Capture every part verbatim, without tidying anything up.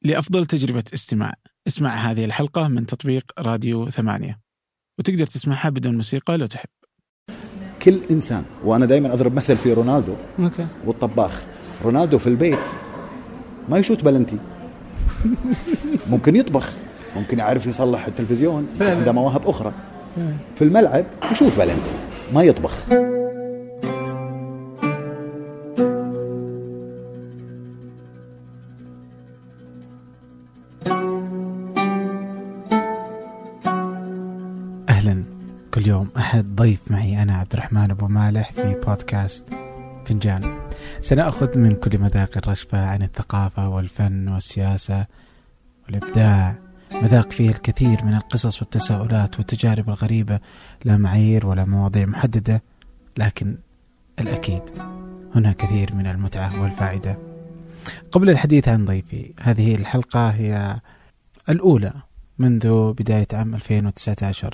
لأفضل تجربة استماع. اسمع هذه الحلقة من تطبيق راديو ثمانية، وتقدر تسمعها بدون موسيقى لو تحب. كل إنسان، وأنا دايما أضرب مثل في رونالدو أوكي. والطباخ. رونالدو في البيت ما يشوت بلنتي ممكن يطبخ، ممكن يعرف يصلح التلفزيون، عنده مواهب أخرى. في الملعب يشوت بلنتي ما يطبخ. أهلا، كل يوم أحد ضيف معي أنا عبد الرحمن أبو مالح في بودكاست فنجان. سنأخذ من كل مذاق الرشفة عن الثقافة والفن والسياسة والإبداع، مذاق فيه الكثير من القصص والتساؤلات والتجارب الغريبة، لا معايير ولا مواضيع محددة، لكن الأكيد هنا كثير من المتعة والفائدة. قبل الحديث عن ضيفي، هذه الحلقة هي الأولى منذ بداية عام ألفين وتسعة عشر.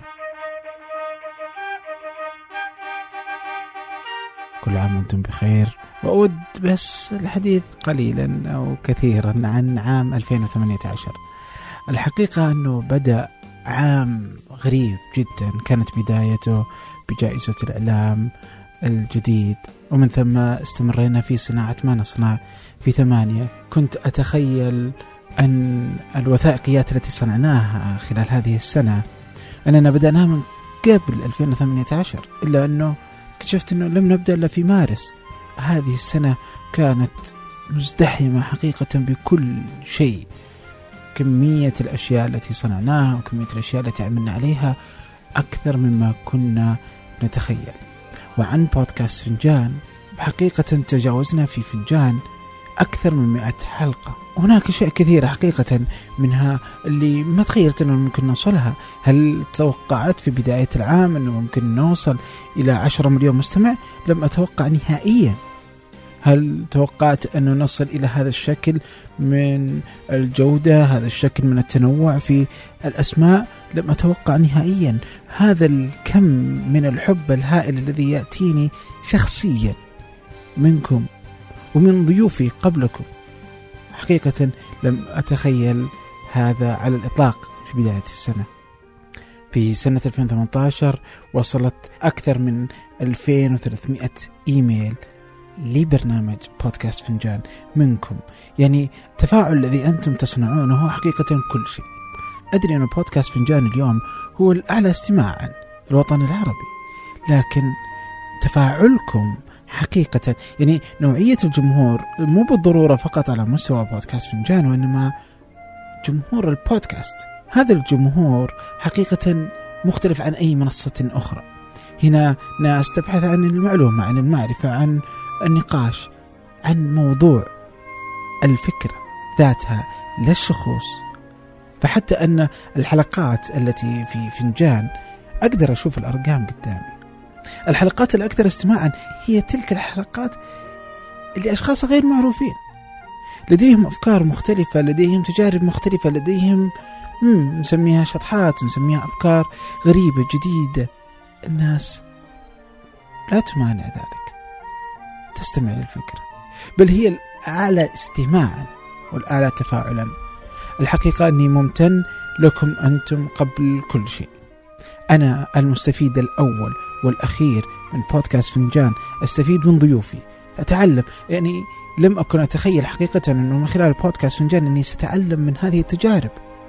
كل عام وانتم بخير، وأود بس الحديث قليلا أو كثيرا عن عام ألفين وثمانية عشر. الحقيقة أنه بدأ عام غريب جدا، كانت بدايته بجائزة الإعلام الجديد، ومن ثم استمرينا في صناعة ما نصنع في ثمانية. كنت أتخيل أن الوثائقيات التي صنعناها خلال هذه السنة أننا بدأناها من قبل ألفين وثمانية عشر، إلا أنه اكتشفت أنه لم نبدأ إلا في مارس. هذه السنة كانت مزدحمة حقيقة بكل شيء، كمية الأشياء التي صنعناها وكمية الأشياء التي عملنا عليها أكثر مما كنا نتخيل. وعن بودكاست فنجان، بحقيقة تجاوزنا في فنجان أكثر من مئة حلقة. هناك أشياء كثيرة حقيقة، منها اللي ما تخيلت أنه ممكن نوصلها. هل توقعت في بداية العام أنه ممكن نوصل إلى عشرة مليون مستمع؟ لم أتوقع نهائيا. هل توقعت أنه نصل إلى هذا الشكل من الجودة، هذا الشكل من التنوع في الأسماء؟ لم أتوقع نهائيا. هذا الكم من الحب الهائل الذي يأتيني شخصيا منكم ومن ضيوفي قبلكم، حقيقة لم أتخيل هذا على الإطلاق في بداية السنة. في سنة ألفين وثمانية عشر وصلت أكثر من ألفين وثلاثمئة إيميل لبرنامج بودكاست فنجان منكم. يعني التفاعل الذي أنتم تصنعونه هو حقيقة كل شيء. أدري أن بودكاست فنجان اليوم هو الأعلى استماعا في الوطن العربي، لكن تفاعلكم حقيقة، يعني نوعية الجمهور مو بالضرورة فقط على مستوى بودكاست فنجان، وإنما جمهور البودكاست. هذا الجمهور حقيقة مختلف عن أي منصة أخرى. هنا ناس تبحث عن المعلومة، عن المعرفة، عن النقاش، عن موضوع الفكرة ذاتها، لا الشخوص. فحتى أن الحلقات التي في فنجان أقدر أشوف الأرقام قدامي. الحلقات الأكثر استماعا هي تلك الحلقات اللي أشخاص غير معروفين، لديهم أفكار مختلفة، لديهم تجارب مختلفة، لديهم مم نسميها شطحات، نسميها أفكار غريبة جديدة. الناس لا تمانع ذلك، تستمع للفكرة، بل هي الأعلى استماعا والأعلى تفاعلا. الحقيقة أني ممتن لكم أنتم قبل كل شيء. أنا المستفيد الأول والأخير من بودكاست فنجان، أستفيد من ضيوفي، أتعلم. يعني لم أكن أتخيل حقيقة أنه من خلال بودكاست فنجان أني ستعلم من هذه التجارب.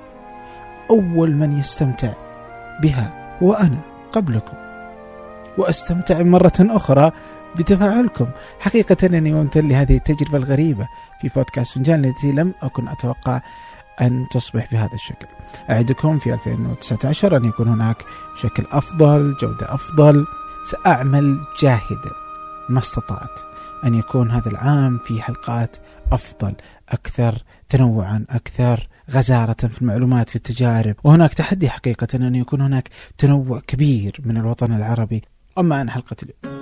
أول من يستمتع بها هو أنا قبلكم، وأستمتع مرة أخرى بتفاعلكم. حقيقة أنني ممتن لهذه التجربة الغريبة في بودكاست فنجان التي لم أكن أتوقع أن تصبح بهذا الشكل. أعدكم في ألفين وتسعة عشر أن يكون هناك شكل أفضل، جودة أفضل. سأعمل جاهدا ما استطعت أن يكون هذا العام في حلقات أفضل، أكثر تنوعا، أكثر غزارة في المعلومات، في التجارب. وهناك تحدي حقيقة أن يكون هناك تنوع كبير من الوطن العربي. أما عن حلقة اليوم،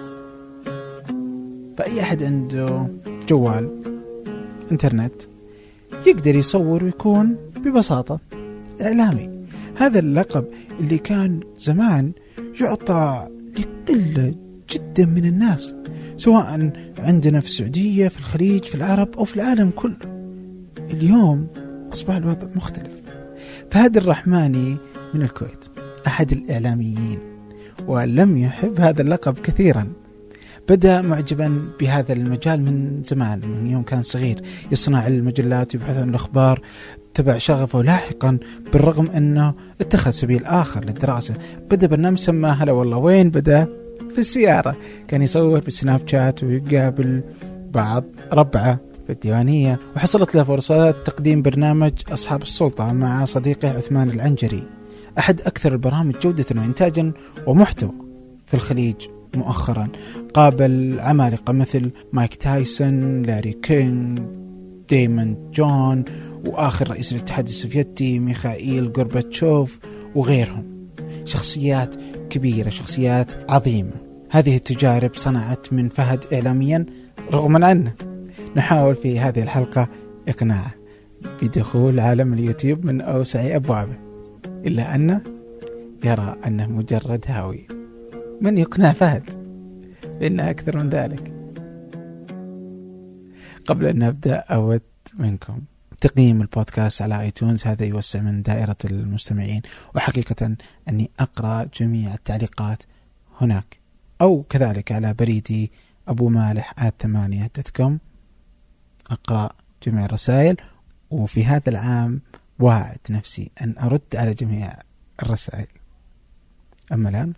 فأي أحد عنده جوال إنترنت يقدر يصور ويكون ببساطة إعلامي. هذا اللقب اللي كان زمان يعطى لقلة جدا من الناس، سواء عندنا في السعودية، في الخليج، في العرب، أو في العالم كله. اليوم أصبح الوضع مختلف. فهد الرحماني من الكويت أحد الإعلاميين، ولم يحب هذا اللقب كثيرا. بدأ معجبا بهذا المجال من زمان، من يوم كان صغير يصنع المجلات يبحث عن الأخبار، تبع شغفه. لاحقا بالرغم أنه اتخذ سبيل آخر للدراسة، بدأ برنامج سماه هلا والله. وين بدأ؟ في السيارة، كان يصور بالسناب شات ويقابل بعض ربعه في الديوانية، وحصلت له فرصة تقديم برنامج أصحاب السلطة مع صديقه عثمان العنجري، أحد أكثر البرامج جودة وإنتاجا ومحتوى في الخليج. مؤخرا قابل عمالقة مثل مايك تايسون، لاري كينج، ديمون جون، وآخر رئيس الاتحاد السوفيتي ميخائيل غورباتشوف وغيرهم. شخصيات كبيرة، شخصيات عظيمة. هذه التجارب صنعت من فهد إعلاميا رغما عنه. نحاول في هذه الحلقة إقناعه بدخول عالم اليوتيوب من أوسع أبوابه، إلا أنه يرى أنه مجرد هاوي. من يقنع فهد بأنه أكثر من ذلك؟ قبل أن نبدأ أود منكم تقييم البودكاست على آيتونز، هذا يوسع من دائرة المستمعين. وحقيقة أني أقرأ جميع التعليقات هناك، أو كذلك على بريدي أبو مالح آت ثمانية دوت كوم. أقرأ جميع الرسائل، وفي هذا العام واعد نفسي أن أرد على جميع الرسائل. أما الآن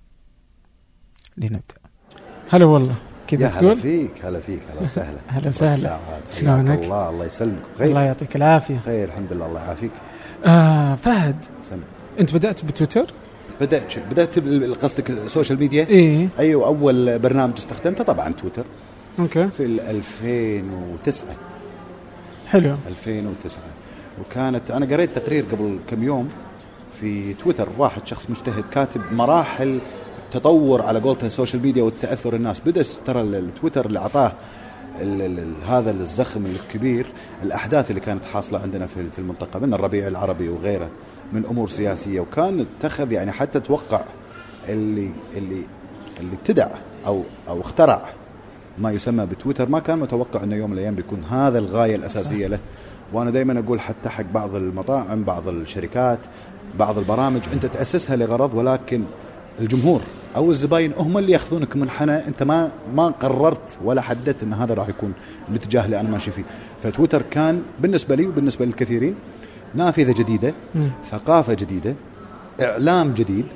لنبدأ. هلا والله، كيف تقول؟ هلا فيك، هلا فيك، هلا وسهلا. هلا وسهلا، شلونك؟ الله الله يسلمك خير. الله يعطيك العافية. خير الحمد لله، الله يعافيك. آه فهد، سلم. أنت بدأت بتويتر؟ بدأت بدأت قصدك السوشيال ميديا؟ إيه. أيوة، أول برنامج استخدمته طبعا تويتر. أوكي. في ألفين وتسعة. حلو. ألفين وتسعة، وكانت أنا قريت تقرير قبل كم يوم في تويتر، واحد شخص مجتهد كاتب مراحل تطور على قولته السوشيال ميديا والتأثر الناس. بدأ ترى التويتر اللي أعطاه هذا الزخم الكبير، الأحداث اللي كانت حاصلة عندنا في المنطقة من الربيع العربي وغيره من أمور سياسية، وكان اتخذ يعني حتى توقع اللي اللي اللي ابتدع أو أو اخترع ما يسمى بتويتر ما كان متوقع أنه يوم من الأيام بيكون هذا الغاية الأساسية له. وأنا دايما أقول حتى حق بعض المطاعم، بعض الشركات، بعض البرامج أنت تأسسها لغرض، ولكن الجمهور أو الزباين هم اللي يأخذونك منحنى أنت ما ما قررت ولا حددت أن هذا راح يكون الاتجاه اللي أنا ماشي فيه. فتويتر كان بالنسبة لي وبالنسبة للكثيرين نافذة جديدة، م. ثقافة جديدة، إعلام جديد.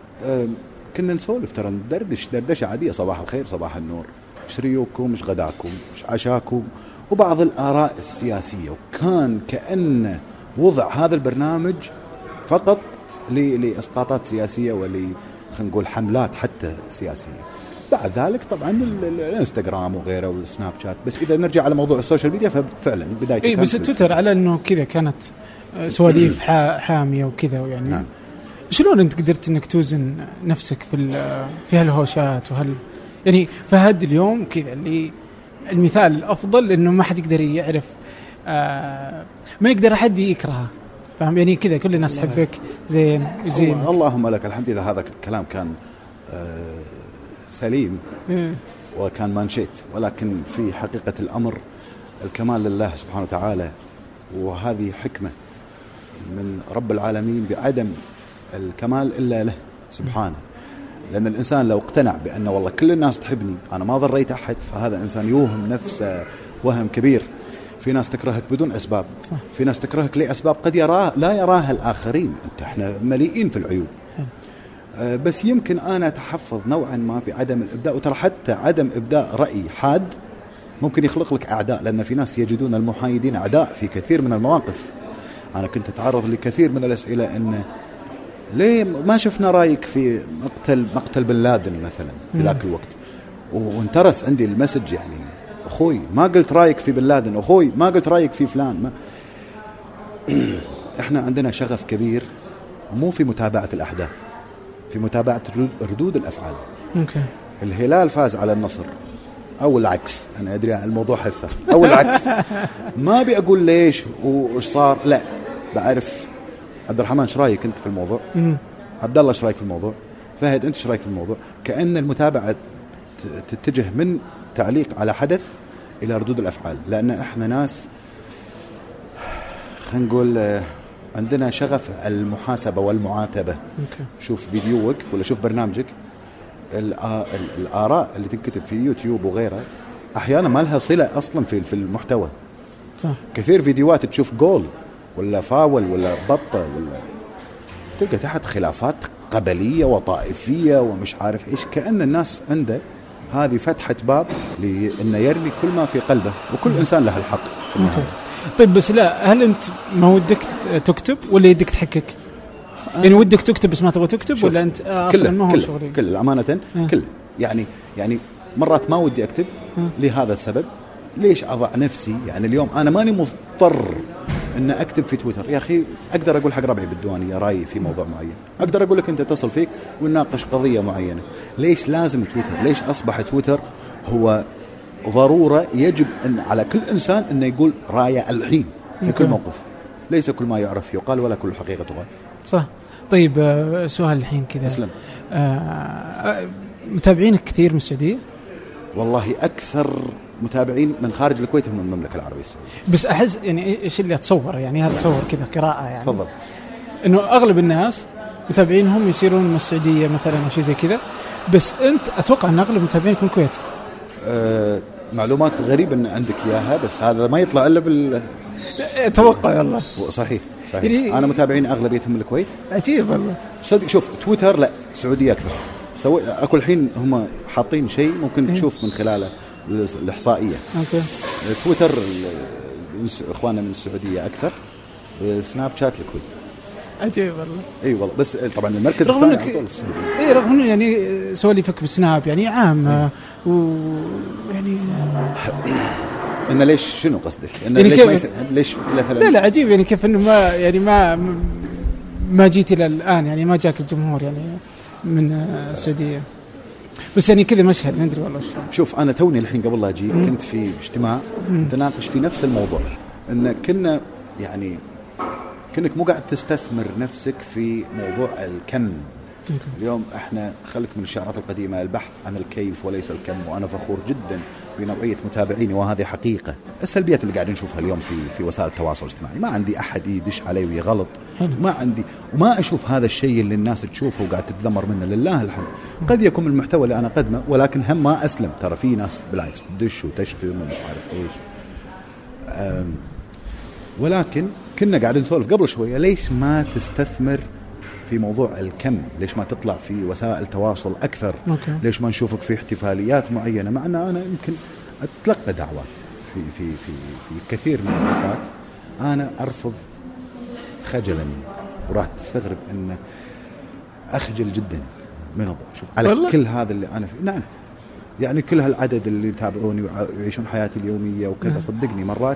كنا نسولف ترى، ندردش دردشة عادية، صباح الخير، صباح النور، شريوكم، مش غداكم، مش عشاكم، وبعض الآراء السياسية. وكان كأن وضع هذا البرنامج فقط لإسقاطات سياسية ولي خلينا نقول حملات حتى سياسية. بعد ذلك طبعا الانستغرام وغيره والسناب شات. بس إذا نرجع على موضوع السوشيال ميديا ففعلا بداية إيه، بس تويتر على إنه كذا كانت سواليف حامية وكذا يعني. نعم. شلون أنت قدرت إنك توزن نفسك في في هالهوشات وهال يعني فهد اليوم كذا اللي المثال الأفضل إنه ما حد يقدر يعرف، آه ما يقدر حد يكرهه، فهم يعني كذا كل الناس تحبك زين وزين. اللهم لك الحمد. إذا هذا الكلام كان آه سليم إيه. وكان ما نشيت، ولكن في حقيقة الأمر الكمال لله سبحانه وتعالى، وهذه حكمة من رب العالمين بعدم الكمال إلا له سبحانه. لأن الإنسان لو اقتنع بأن والله كل الناس تحبني أنا ما ضريت أحد، فهذا إنسان يوهم نفسه وهم كبير. في ناس تكرهك بدون أسباب، صح. في ناس تكرهك لأسباب قد يراها لا يراها الآخرين. أنت إحنا مليئين في العيوب. أه بس يمكن أنا أتحفظ نوعا ما في عدم الإبداء. وترى حتى عدم إبداء رأي حاد ممكن يخلق لك أعداء، لأن في ناس يجدون المحايدين أعداء في كثير من المواقف. أنا كنت أتعرض لكثير من الأسئلة إن ليه ما شفنا رأيك في مقتل مقتل بن لادن مثلا في ذاك الوقت، وانترس عندي المسج يعني أخوي ما قلت رأيك في بن لادن، أخوي ما قلت رأيك في فلان. ما إحنا عندنا شغف كبير مو في متابعة الأحداث، في متابعة ردود الأفعال. أوكي. الهلال فاز على النصر أو العكس، أنا أدري الموضوع حساس، أو العكس ما بيقول ليش وإيش صار، لا بعرف عبد الرحمن ايش رايك انت في الموضوع؟ مم. عبد الله ايش رايك في الموضوع؟ فهد انت ايش رايك في الموضوع؟ كأن المتابعة تتجه من تعليق على حدث الى ردود الافعال، لان احنا ناس خلينا نقول عندنا شغف المحاسبة والمعاتبة. أوكي. شوف فيديوك ولا شوف برنامجك، الآراء اللي تنكتب في يوتيوب وغيره أحيانا ما لها صلة أصلا في في المحتوى. صح. كثير فيديوهات تشوف جول ولا فاول ولا بطة ولا تلقى تحت خلافات قبلية وطائفية ومش عارف إيش، كأن الناس عنده هذه فتحة باب لأنه يرمي كل ما في قلبه، وكل إنسان له الحق في النهاية. طيب بس لا، هل أنت ما ودك تكتب ولا يدك تحكك؟ يعني ودك تكتب بس ما تبغى تكتب، ولا أنت أصلا ما هو شغلي؟ كل أمانة آه. كل يعني يعني يعني ما ودي أكتب آه. لهذا السبب. ليش أضع نفسي؟ يعني اليوم أنا ماني مضطر أن أكتب في تويتر. يا أخي أقدر أقول حق ربعي بالديوانية رأيي في موضوع معين، أقدر أقول لك أنت تصل فيك ونناقش قضية معينة. ليش لازم تويتر؟ ليش أصبح تويتر هو ضرورة يجب أن على كل إنسان أنه يقول رأيه الحين في مكي. كل موقف؟ ليس كل ما يعرف يقال ولا كل حقيقة تقال. صح. طيب سؤال الحين كذا، أسلم. آه متابعينك كثير من السعودية؟ والله أكثر متابعين من خارج الكويت هم من المملكة العربية السعودية. بس أحس يعني إيش اللي أتصور، يعني هذا تصور كذا قراءة يعني. تفضل. إنه أغلب الناس متابعينهم يصيرون من السعودية مثلا أو شيء زي كذا، بس أنت أتوقع أن أغلب متابعينك من الكويت. أه معلومات غريبة أن عندك إياها، بس هذا ما يطلع إلا بال. أتوقع والله. صحيح صحيح. يعني أنا متابعين أغلبيتهم من الكويت. عجيب والله. صدق. شوف تويتر لا سعودية أكثر. سوي أكو الحين هم حاطين شيء ممكن إيه؟ تشوف من خلاله الإحصائية. أوكي. تويتر إخواننا من السعودية أكثر، سناب شات الكويت. عجيب والله. اي والله. بس طبعا المركز رغم الثاني انك اي رغم انه يعني سواليفك بالسناب يعني عام، ويعني انه ليش شنو قصدك؟ انه يعني ليش كيف... ما يس... ليش مثلا لا لا عجيب يعني كيف انه ما يعني ما ما جيت الى الان، يعني ما جاك الجمهور يعني من السعوديه، بس يعني كذا مشهد ما ادري والله شو. شوف انا توني الحين قبل لا اجي كنت في اجتماع نتناقش في نفس الموضوع، ان كنا يعني كأنك مو قاعد تستثمر نفسك في موضوع الكم. اليوم احنا خلف من الشعارات القديمة البحث عن الكيف وليس الكم، وانا فخور جدا بنوعية متابعيني وهذه حقيقة. السلبيات اللي قاعدين نشوفها اليوم في في وسائل التواصل الاجتماعي، ما عندي احد يدش علي ويغلط، ما عندي وما اشوف هذا الشيء اللي الناس تشوفه وقاعد تتذمر منه. لله الحمد. قد يكون المحتوى اللي انا قدمه، ولكن هم ما اسلم. ترى في ناس بالعكس تدش وتشتم ومش عارف ايش. ولكن كنا قاعدين نسولف قبل شوية، ليش ما تستثمر في موضوع الكم؟ ليش ما تطلع في وسائل تواصل أكثر؟ أوكي. ليش ما نشوفك في احتفاليات معينة؟ مع أن أنا يمكن أتلقى دعوات في, في, في, في كثير من الوقت أنا أرفض خجلا، وراح تستغرب أن أخجل جدا من الضوء. شوف على والله. كل هذا اللي أنا فيه. نعم يعني كل هالعدد اللي يتابعوني ويعيشون حياتي اليومية وكذا، صدقني مرات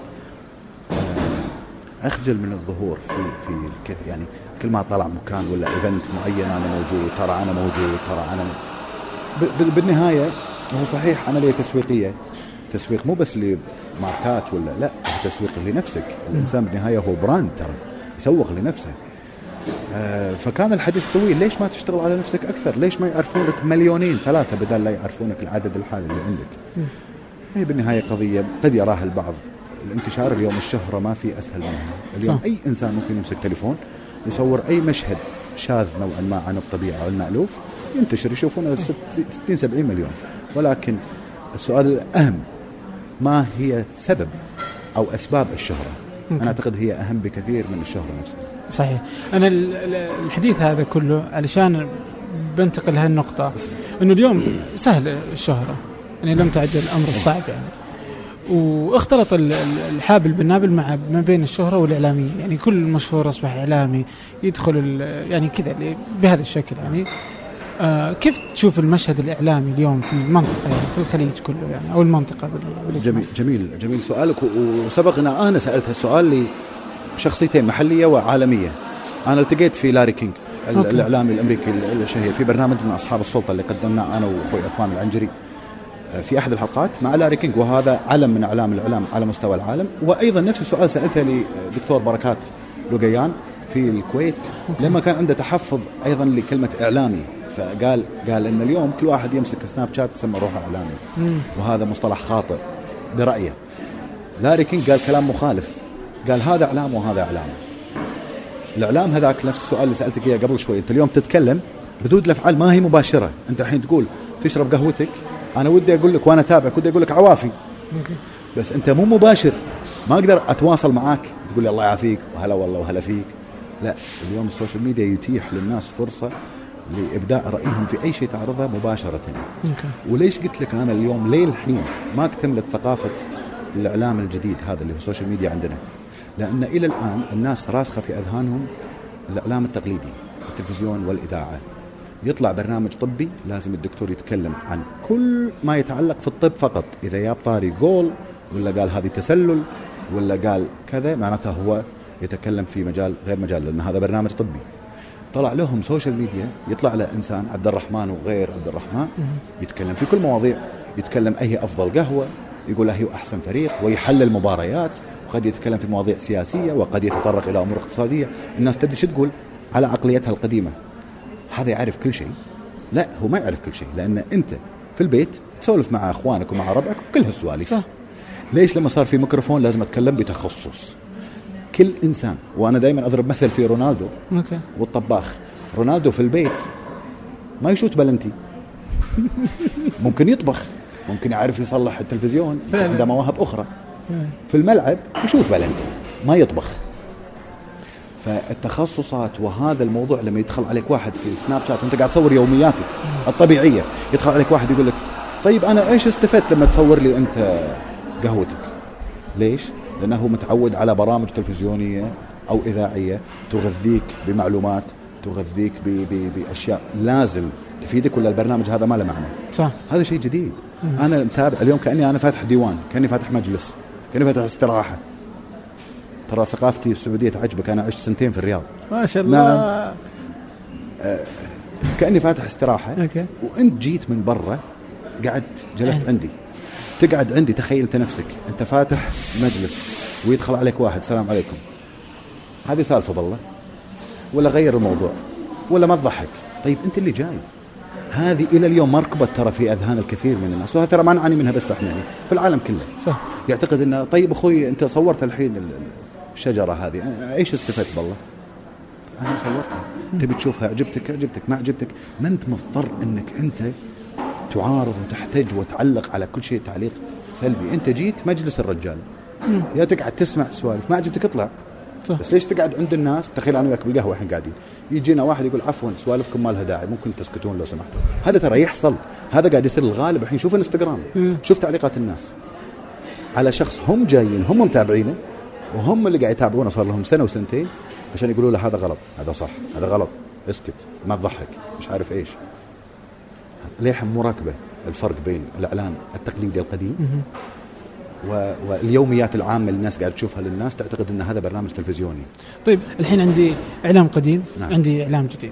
أخجل من الظهور في في الكث يعني كل ما طلع مكان ولا إيفنت معين أنا موجود، ترى أنا موجود، ترى أنا ب... بالنهاية هو صحيح عملية تسويقية، تسويق مو بس لماركات ولا لا، تسويق لنفسك. الإنسان بالنهاية هو براند، ترى يسوق لنفسه. آه فكان الحديث طويل، ليش ما تشتغل على نفسك أكثر؟ ليش ما يعرفونك مليونين ثلاثة بدل لا يعرفونك العدد الحالي اللي عندك؟ هي بالنهاية قضية قد يراها البعض الانتشار. اليوم الشهرة ما في أسهل منها. اليوم صح. أي إنسان ممكن يمسك تليفون يصور أي مشهد شاذ نوعا ما عن الطبيعة والمألوف، ينتشر، يشوفونه ستين سبعين مليون. ولكن السؤال الأهم، ما هي سبب أو أسباب الشهرة؟ ممكن. أنا أعتقد هي أهم بكثير من الشهرة نفسها. صحيح. أنا الحديث هذا كله علشان بنتقل هالنقطة، إنه اليوم سهل الشهرة، يعني لم تعد الأمر الصعب يعني، واختلط الحابل بالنابل مع ما بين الشهرة والإعلامية. يعني كل مشهور أصبح إعلامي يدخل يعني كذا بهذا الشكل. يعني آه كيف تشوف المشهد الإعلامي اليوم في المنطقة، يعني في الخليج كله يعني أو المنطقة؟ جميل جميل جميل سؤالك. وسبقنا أنا سألت هالسؤال لشخصيتين محلية وعالمية. أنا التقيت في لاري كينج أوكي. الإعلامي الأمريكي الشهير في برنامجنا أصحاب السلطة اللي قدمناه أنا وأخوي عثمان العنجري في أحد الحلقات مع لاري كينج، وهذا علم من أعلام الإعلام على مستوى العالم. وأيضا نفس السؤال سألته لدكتور بركات لوقيان في الكويت لما كان عنده تحفظ أيضا لكلمة إعلامي، فقال قال إن اليوم كل واحد يمسك سناب شات يسمى روحه إعلامي، وهذا مصطلح خاطئ برأيه. لاري كينج قال كلام مخالف، قال هذا إعلام وهذا إعلام. الإعلام هذاك نفس السؤال اللي سألتك إياه قبل شوي. أنت اليوم تتكلم ردود الأفعال ما هي مباشرة. أنت الحين تقول تشرب قهوتك، أنا ودي أقول لك وأنا تابعك ودي أقول لك عوافي، بس أنت مو مباشر، ما أقدر أتواصل معاك تقول لي الله يعافيك وهلا والله وهلا فيك. لا، اليوم السوشيال ميديا يتيح للناس فرصة لإبداء رأيهم في أي شيء تعرضه مباشرة. وليش قلت لك أنا اليوم ليه الحين ما اكتملت ثقافة الإعلام الجديد هذا اللي هو السوشيال ميديا عندنا؟ لأن إلى الآن الناس راسخة في أذهانهم الإعلام التقليدي، التلفزيون والإذاعة. يطلع برنامج طبي لازم الدكتور يتكلم عن كل ما يتعلق في الطب فقط. إذا جاب طاري جول ولا قال هذه تسلل ولا قال كذا معناته هو يتكلم في مجال غير مجال، لأن هذا برنامج طبي. طلع لهم سوشيال ميديا يطلع له إنسان عبد الرحمن وغير عبد الرحمن يتكلم في كل مواضيع، يتكلم أي أفضل قهوة، يقول أي أحسن فريق، ويحلل مباريات، وقد يتكلم في مواضيع سياسية وقد يتطرق إلى أمور اقتصادية. الناس تدري شو تقول على عقليتها القديمة، هذا يعرف كل شيء. لا، هو ما يعرف كل شيء، لأن أنت في البيت تسولف مع أخوانك ومع ربعك وكل هالسوالف. صح. ليش لما صار في ميكروفون لازم أتكلم بتخصص؟ كل إنسان، وأنا دائما أضرب مثل في رونالدو أوكي. والطباخ. رونالدو في البيت ما يشوت بلنتي ممكن يطبخ، ممكن يعرف يصلح التلفزيون، عنده مواهب أخرى. في الملعب يشوت بلنتي ما يطبخ. فالتخصصات وهذا الموضوع لما يدخل عليك واحد في سناب شات وانت قاعد تصور يومياتك الطبيعية، يدخل عليك واحد يقول لك طيب أنا إيش استفدت لما تصور لي أنت قهوتك؟ ليش؟ لأنه متعود على برامج تلفزيونية أو إذاعية تغذيك بمعلومات، تغذيك ب ب بأشياء لازم تفيدك، ولا البرنامج هذا ما له معنى. صح. هذا شيء جديد. مم. أنا متابع اليوم كأني أنا فاتح ديوان، كأني فاتح مجلس، كأني فاتح استراحة. ترى ثقافتي السعودية تعجبك، أنا عشت سنتين في الرياض ما شاء الله. نعم. آه كأني فاتح استراحة. أوكي. وأنت جيت من برا قعدت جلست أه. عندي، تقعد عندي، تخيل أنت نفسك أنت فاتح مجلس ويدخل عليك واحد السلام عليكم، هذه سالفة بالله ولا غير الموضوع ولا ما تضحك؟ طيب أنت اللي جاي، هذه إلى اليوم مركبة ترى في أذهان الكثير من الناس، وهذا ترى ما نعاني منها بس احنا، يعني في العالم كله. صح. يعتقد إنه طيب أخوي أنت صورت الحين الشجرة هذه، إيش استفدت بالله؟ أنا صورتها، تبي تشوفها، عجبتك عجبتك ما عجبتك، ما أنت مضطر إنك أنت تعارض وتحتج وتعلق على كل شيء تعليق سلبي. أنت جيت مجلس الرجال، يا تقعد تسمع سوالف، ما عجبتك اطلع. صح. بس ليش تقعد عند الناس؟ تخيل أنا وياك بالقهوة إحنا قاعدين، يجينا واحد يقول عفوا سوالفكم ما لها داعي، ممكن تسكتون لو سمحتوا. هذا ترى يحصل، هذا قاعد يصير الغالب الحين. شوف الانستغرام، شوف تعليقات الناس على شخص هم جايين هم متابعينه وهم اللي قاعد يتابعونه صار لهم سنة وسنتين عشان يقولوا له هذا غلط، هذا صح، هذا غلط، اسكت، ما تضحك، مش عارف إيش. ليه مراكبة الفرق بين الإعلان التقليدي القديم واليوميات العامة اللي الناس قاعد تشوفها للناس تعتقد أن هذا برنامج تلفزيوني. طيب الحين عندي إعلام قديم. نعم. عندي إعلام جديد.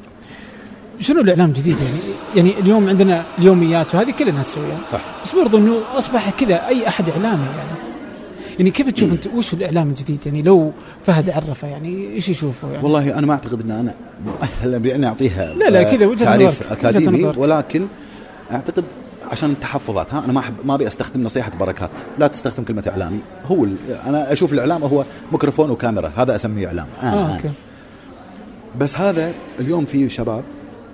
شنو الإعلام الجديد يعني؟ يعني اليوم عندنا اليوميات وهذه كل الناس تسويها. صح. بس برضو إنه أصبح كذا أي أحد إعلامي يعني. يعني كيف تشوف أنت وش الإعلام الجديد يعني؟ لو فهد عرفه يعني إيش يشوفه يعني؟ والله أنا ما أعتقد أن أنا مؤهل بأني أعطيها لا لا كذا وجهة تعريف أكاديمي، ولكن أعتقد عشان التحفظات. ها أنا ما أحب ما أبي أستخدم نصيحة بركات، لا تستخدم كلمة إعلامي. هو أنا أشوف الإعلام هو ميكروفون وكاميرا، هذا أسميه إعلام. آه آه أوكي. بس هذا اليوم في شباب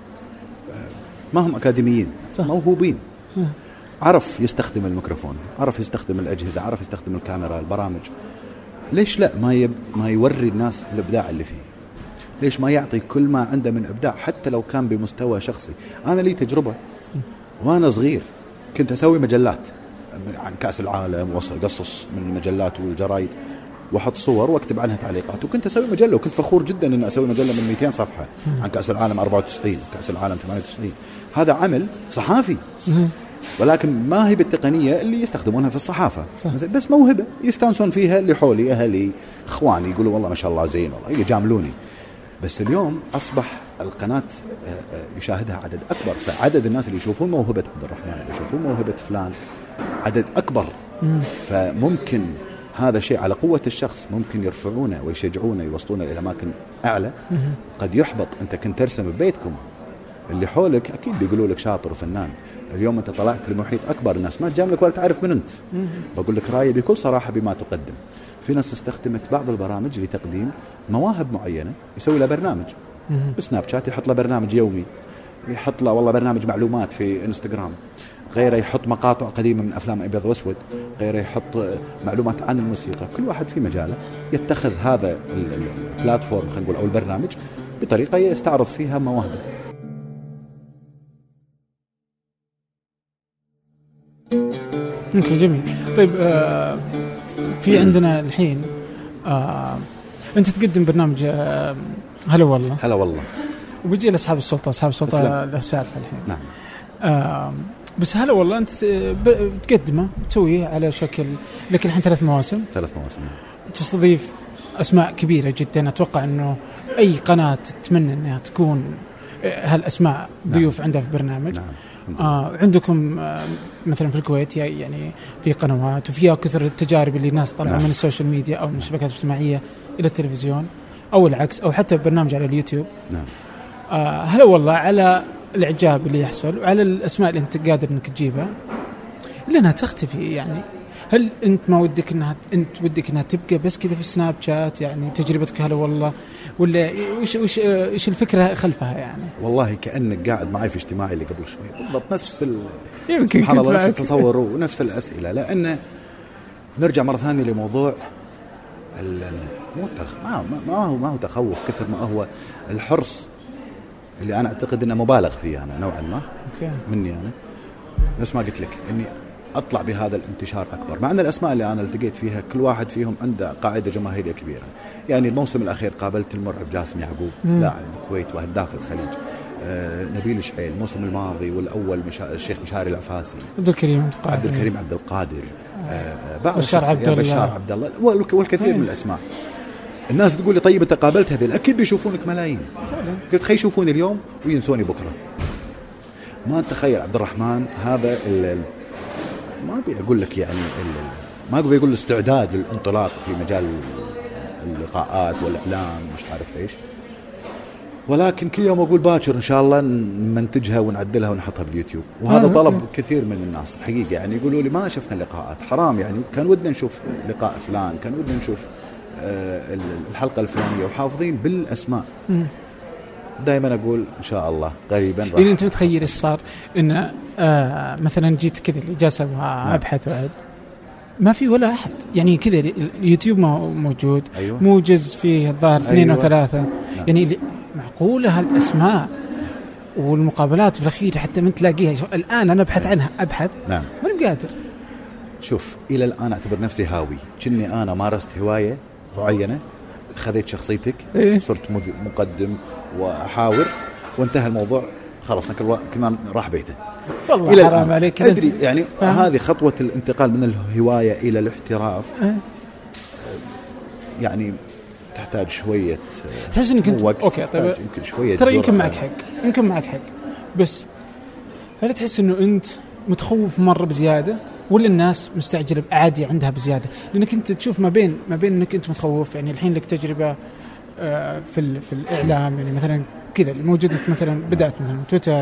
ما هم أكاديميين، صح. موهوبين. آه. عرف يستخدم الميكروفون، عرف يستخدم الأجهزة، عرف يستخدم الكاميرا، البرامج. ليش لا ما يب... ما يوري الناس الإبداع اللي فيه؟ ليش ما يعطي كل ما عنده من إبداع حتى لو كان بمستوى شخصي؟ أنا لي تجربة وأنا صغير كنت أسوي مجلات عن كأس العالم وقصص من المجلات والجرايد وأحط صور وأكتب عنها تعليقات، وكنت أسوي مجلة وكنت فخور جدا أن أسوي مجلة من مئتين صفحة عن كأس العالم أربعة وتسعين، كأس العالم ثمانية وتسعين. هذا عمل صحافي ولكن ما هي بالتقنية اللي يستخدمونها في الصحافة. صح. بس موهبة يستانسون فيها اللي حولي، أهلي، إخواني يقولوا والله ما شاء الله زين، والله يجاملوني. بس اليوم أصبح القناة يشاهدها عدد أكبر، فعدد الناس اللي يشوفون موهبة عبد الرحمن، اللي يشوفون موهبة فلان، عدد أكبر. مم. فممكن هذا شيء على قوة الشخص ممكن يرفعونه ويشجعونه يوصلونه إلى أماكن أعلى. مم. قد يحبط، أنت كنت ترسم ببيتكم، اللي حولك أكيد بيقولوا لك شاطر وفنان، اليوم أنت طلعت لمحيط أكبر، الناس ما تجاملك ولا تعرف من أنت. بقول لك رأيي بكل صراحة بما تقدم. في ناس استخدمت بعض البرامج لتقديم مواهب معينة، يسوي لها برنامج بسناب شات، يحط له برنامج يومي، يحط له والله برنامج معلومات في انستغرام، غيره يحط مقاطع قديمة من أفلام أبيض وأسود، غيره يحط معلومات عن الموسيقى. كل واحد في مجاله يتخذ هذا البلاتفورم خلينا نقول أو البرنامج بطريقة يستعرض فيها مواهبه. اوكي جميل. طيب آه في عندنا الحين آه انت تقدم برنامج آه هلا والله هلا والله، وبيجي لاصحاب السلطه، اصحاب السلطه له سالفه الحين. نعم. آه بس هلا والله انت بتقدمه بتسويه على شكل لك الحين ثلاث مواسم ثلاث مواسم نعم. تستضيف اسماء كبيره جدا، اتوقع انه اي قناه تتمنى انها تكون هالاسماء ضيوف. نعم. عندها في برنامج. نعم. آه عندكم آه مثلا في الكويت يعني في قنوات وفيها كثر التجارب اللي الناس طلعوا. نعم. من السوشيال ميديا او من الشبكات الاجتماعيه الى التلفزيون او العكس، او حتى برنامج على اليوتيوب. نعم. آه هلا والله على الاعجاب اللي يحصل وعلى الاسماء اللي انت قادر انك تجيبها لانها تختفي. يعني هل انت ما ودك انها انت ودك انها تبقى بس كذا في السناب شات، يعني تجربتك هلا والله، ولا وش وش ايش الفكره خلفها؟ يعني والله كانك قاعد معي في اجتماعي اللي قبل شوي بالضبط، نفس ال يمكن سبحان الله نفس التصور ونفس الاسئله. لان نرجع مره ثانيه لموضوع ال مو تخ... ما ما هو ما هو تخوف كثر ما هو الحرص اللي انا اعتقد انه مبالغ فيه انا نوعا ما مني انا. بس ما قلت لك اني اطلع بهذا الانتشار اكبر، مع ان الاسماء اللي انا التقيت فيها كل واحد فيهم عنده قاعده جماهيريه كبيره. يعني الموسم الاخير قابلت المرعب جاسم يعقوب لاعب الكويت وهداف الخليج، آه نبيل شعيل الموسم الماضي والاول مشا... الشيخ مشاري العفاسي، عبد الكريم عبد الكريم عبد القادر، آه بعض بشار عبد الله بشار عبد الله والكثير من الاسماء. الناس تقول لي طيب انت قابلت هذه، اكيد بيشوفونك ملايين. قلت خي يشوفوني اليوم وينسوني بكره. ما تخيل عبد الرحمن هذا ال ما ابي اقول لك يعني ما ابي اقول الاستعداد للانطلاق في مجال اللقاءات والاعلام مش عارف ايش، ولكن كل يوم اقول باكر ان شاء الله نمنتجها ونعدلها ونحطها باليوتيوب. وهذا آه طلب كثير من الناس الحقيقه، يعني يقولوا لي ما شفنا لقاءات، حرام يعني كان ودنا نشوف لقاء فلان، كان ودنا نشوف آه الحلقه الفلانيه، وحافظين بالاسماء. دائما اقول ان شاء الله قريبا راح. يعني انت متخيل ايش صار؟ ان آه مثلا جيت كذا اللي جالس ابحث وعد ما في ولا احد، يعني كذا اليوتيوب موجود. أيوة. موجز فيه الظاهر اثنين أيوة. وثلاثه. نعم. يعني معقوله هالاسماء والمقابلات في الاخير حتى من تلاقيها الان انا ابحث عنها ابحث. نعم. ماني قادر. شوف الى الان اعتبر نفسي هاوي، كني انا مارست هوايه معينه، خذيت شخصيتك. إيه؟ صرت مقدم واحاور وانتهى الموضوع، خلاص كمان راح بيته. والله حرام عليك. ادري يعني هذه خطوه الانتقال من الهوايه الى الاحتراف. أه؟ يعني تحتاج شويه، تحس انك انت اوكي طيب يمكن شويه، ترى يمكن معك حق يمكن معك حق بس هل تحس انه انت متخوف مره بزياده ولا الناس مستعجله عادي عندها بزياده؟ لانك انت تشوف ما بين ما بين انك انت متخوف، يعني الحين لك تجربه في في الاعلام، يعني مثلا كذا الموجود مثلا بدات مثلا تويتر،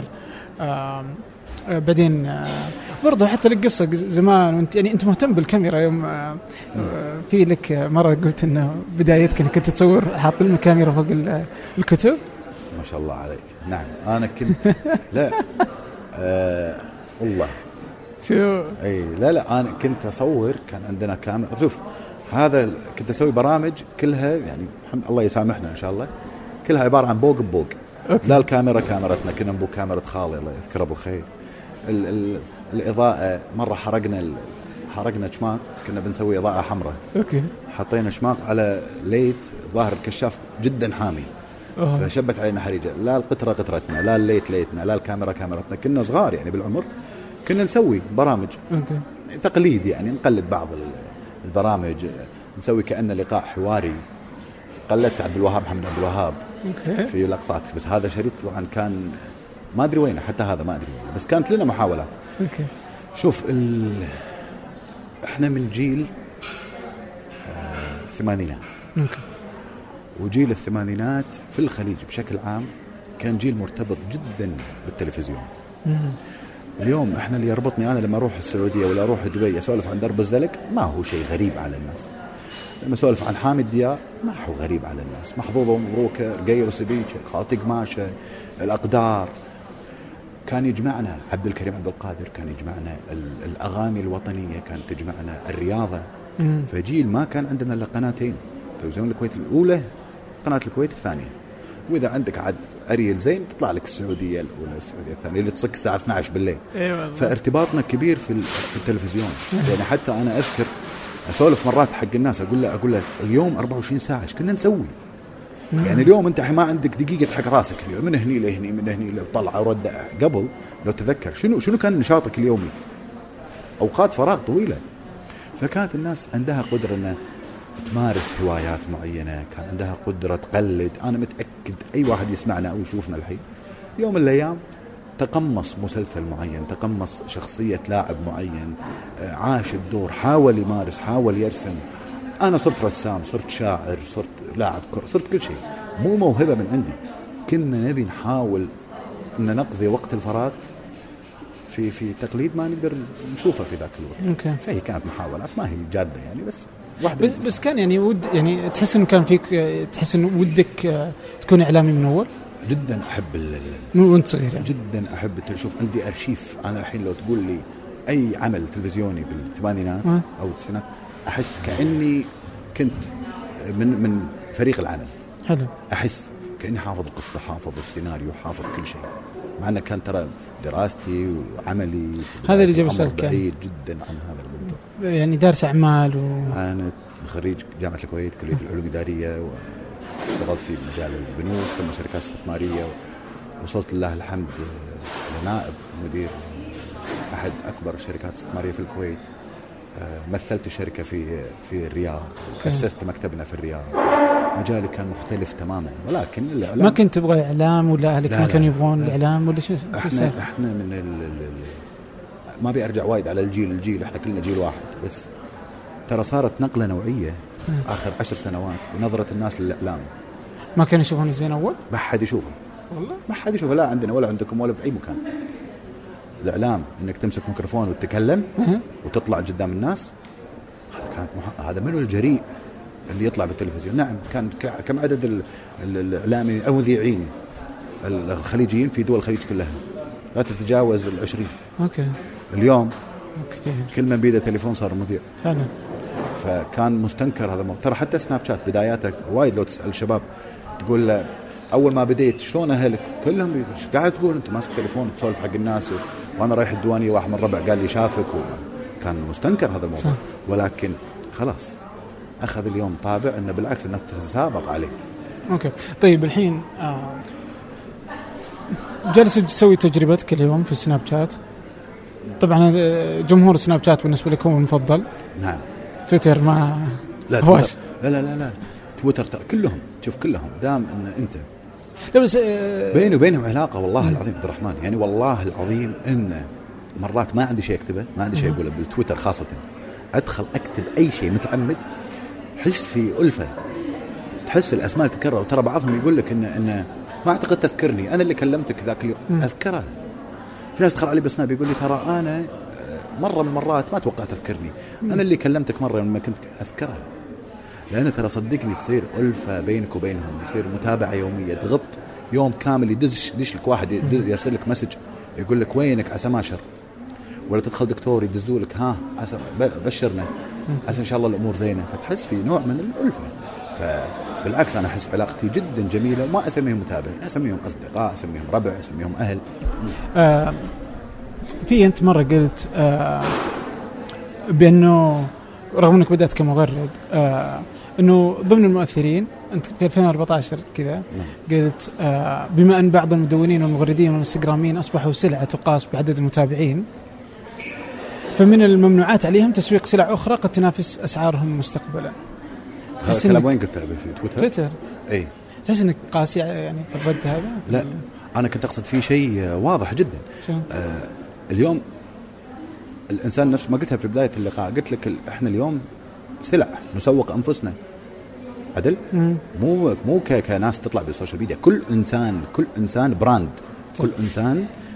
بعدين برضه حتى لك قصه زمان وانت يعني انت مهتم بالكاميرا. يوم في لك مره قلت انه بدايتك انك كنت تصور حاط لنا كاميرا فوق الكتب. ما شاء الله عليك. نعم انا كنت لا آه والله شو اي لا لا انا كنت اصور، كان عندنا كاميرا. شوف هذا كنت اسوي برامج كلها يعني الله يسامحنا ان شاء الله كلها عباره عن بوق بوق. أوكي. لا الكاميرا كاميرتنا، كنا نبو كاميرا خالي الله يذكره بالخير. ال ال الاضاءه مره حرقنا حرقنا شماط، كنا بنسوي اضاءه حمراء. اوكي. حطينا شماط على ليت ظاهر الكشاف جدا حامي. أوه. فشبت علينا حريقه. لا القطره قطرتنا، لا الليت ليتنا، لا الكاميرا كاميرتنا. كنا صغار يعني بالعمر، كنا نسوي برامج. أوكي. تقليد يعني نقلد بعض البرامج، نسوي كأنه لقاء حواري. قلدت عبد الوهاب محمد عبد الوهاب. أوكي. في لقطات، بس هذا شريط طبعا كان ما أدري وينه، حتى هذا ما أدري وينه، بس كانت لنا محاولات. أوكي. شوف ال... احنا من جيل الثمانينات. أوكي. وجيل الثمانينات في الخليج بشكل عام كان جيل مرتبط جدا بالتلفزيون. مم. اليوم احنا اللي يربطني انا لما اروح السعوديه ولا اروح دبي اسولف عن درب الزلق ما هو شيء غريب على الناس. لما اسولف عن حامد ديار ما هو غريب على الناس. محظوظه ومبروكه، رقير وسبيشه، خالتي قماشه، الاقدار. كان يجمعنا عبد الكريم عبد القادر، كان يجمعنا الاغاني الوطنيه، كانت تجمعنا الرياضه. مم. فجيل ما كان عندنا الا قناتين، تلفزيون الكويت الاولى، قناه الكويت الثانيه. واذا عندك عاد اريل زين تطلع لك السعوديه الاولى، السعوديه الثانيه اللي تصك الساعه اثني عشر بالليل. أيوة. فارتباطنا كبير في في التلفزيون. يعني حتى انا اذكر اسولف مرات حق الناس اقول له اقول له اليوم أربعة وعشرين ساعه ايش كنا نسوي؟ يعني اليوم انت ما عندك دقيقه تحك راسك اليوم، من هني لهني من هني لطلع ورد. قبل لو تذكر شنو شنو كان نشاطك اليومي؟ اوقات فراغ طويله. فكانت الناس عندها قدره انها تمارس هوايات معينه، كان عندها قدره تقلد. انا متاكد اي واحد يسمعنا او يشوفنا الحين يوم من الايام تقمص مسلسل معين، تقمص شخصيه لاعب معين، عاش الدور، حاول يمارس، حاول يرسم. أنا صرت رسام، صرت شاعر، صرت لاعب كرة، صرت كل شيء. مو موهبة من عندي، كنا نبي نحاول أن نقضي وقت الفراغ في في تقليد ما نقدر نشوفه في ذاك الوقت. أوكي. فهي كانت محاولات ما هي جادة يعني، بس واحدة. بس, بس كان يعني ود يعني تحس إنه كان فيك تحس إنه ودك تكون إعلامي من أول؟ جدا أحب ال من وأنت صغير يعني. جدا أحب. تشوف عندي أرشيف. أنا الحين لو تقول لي أي عمل تلفزيوني بالثمانينات أو التسعينات أحس كأني كنت من من فريق العمل. حلو. أحس كأني حافظ القصة، حافظ السيناريو، حافظ كل شيء، مع أنه كان ترى دراستي وعملي هذا اللي جاب سألك بعيد جدا عن هذا الموضوع. يعني دارس أعمال و... أنا خريج جامعة الكويت كلية العلوم الإدارية، واشتغلت في مجال البنوك ثم شركات استثمارية، وصلت لله الحمد لنائب مدير أحد أكبر الشركات الاستثمارية في الكويت. مثلت شركة في في الرياض، أسست مكتبنا في الرياض. مجالي كان مختلف تماما، ولكن الإعلام ما كنت تبغى إعلام ولا أهلك ما كانوا يبغون الإعلام ولا شو؟ إحنا إحنا من ال ال ما بيرجع وايد على الجيل الجيل إحنا كلنا جيل واحد، بس ترى صارت نقلة نوعية آخر عشر سنوات بنظرة الناس للإعلام. ما كانوا يشوفون زين أول؟ ما حد يشوفه والله، ما حد يشوفه، لا عندنا ولا عندكم ولا بأي مكان. الإعلام إنك تمسك ميكروفون وتتكلم وتطلع قدام الناس، هذا كانت مح... هذا منو الجريء اللي يطلع بالتلفزيون؟ نعم كان ك... كم عدد ال... ال... الإعلامي أو المذيعين الخليجيين في دول الخليج كلها لا تتجاوز العشرين. أوكي. اليوم كثير، كل من بيده تليفون صار مذيع فعلا. فكان مستنكر هذا الموضوع. ترى حتى سناب شات بداياتك وايد لو تسأل الشباب تقول له أول ما بديت شلون أهلك؟ كلهم ايش قاعد تقول أنت ماسك تليفون تسولف حق الناس و... وأنا رايح الديوانية واحد من الربع قال لي شافك، وكان مستنكر هذا الموضوع. ولكن خلاص أخذ اليوم طابع أنه بالعكس الناس تتسابق عليه. أوكي طيب الحين آه جالس تسوي تجربتك اليوم في سناب شات. طبعا جمهور سناب شات بالنسبة لكم المفضل. نعم. تويتر ما لا هواش. لا لا لا لا تويتر ترى كلهم شوف كلهم دام أن أنت لا بس آه بيني وبينهم علاقة والله م. العظيم عبد الرحمن، يعني والله العظيم إن مرات ما عندي شيء أكتبه، ما عندي شيء أقوله بالتويتر خاصة، أدخل أكتب أي شيء متعمد، حس في ألفة، تحس الأسماء تتكرر. وترى بعضهم يقول لك إن إن ما أعتقد تذكرني أنا اللي كلمتك ذاك اليوم. م. أذكره. في ناس تدخل علي بسناب يقول لي ترى أنا مرة من المرات ما توقعت تذكرني، م. أنا اللي كلمتك مرة لما كنت أذكرها. لأنه ترى صدقني تصير ألفة بينك وبينهم، يصير متابعة يومية، تغط يوم كامل يدش يدش لك واحد يرسل لك مسج يقول لك وينك عسى ما شر، ولا تدخل دكتور يدزوا لك ها عسى بشرنا عسى إن شاء الله الأمور زينة، فتحس في نوع من الألفة. فبالعكس أنا أحس علاقتي جدا جميلة، وما أسميهم متابعين، أسميهم أصدقاء، أسميهم ربع، أسميهم أهل. آه في أنت مرة قلت آه بأنه رغم أنك بدأت كمغرد آه أنه ضمن المؤثرين أنت في ألفين وأربعة عشر كذا قلت آه بما أن بعض المدونين والمغردين والإنستغراميين أصبحوا سلعة تقاس بعدد المتابعين، فمن الممنوعات عليهم تسويق سلع أخرى قد تنافس أسعارهم مستقبلا. هذا الكلام وين قلت في تويتر؟ تويتر. أي. تحس إنك قاسي يعني في الرد هذا؟ لا أنا كنت أقصد فيه شيء واضح جدا. آه اليوم الإنسان نفس ما قلتها في بداية اللقاء، قلت لك إحنا اليوم سلع نسوق أنفسنا عدل. مم. مو مو كناس تطلع بالسوشيال ميديا، كل إنسان كل إنسان براند، كل إنسان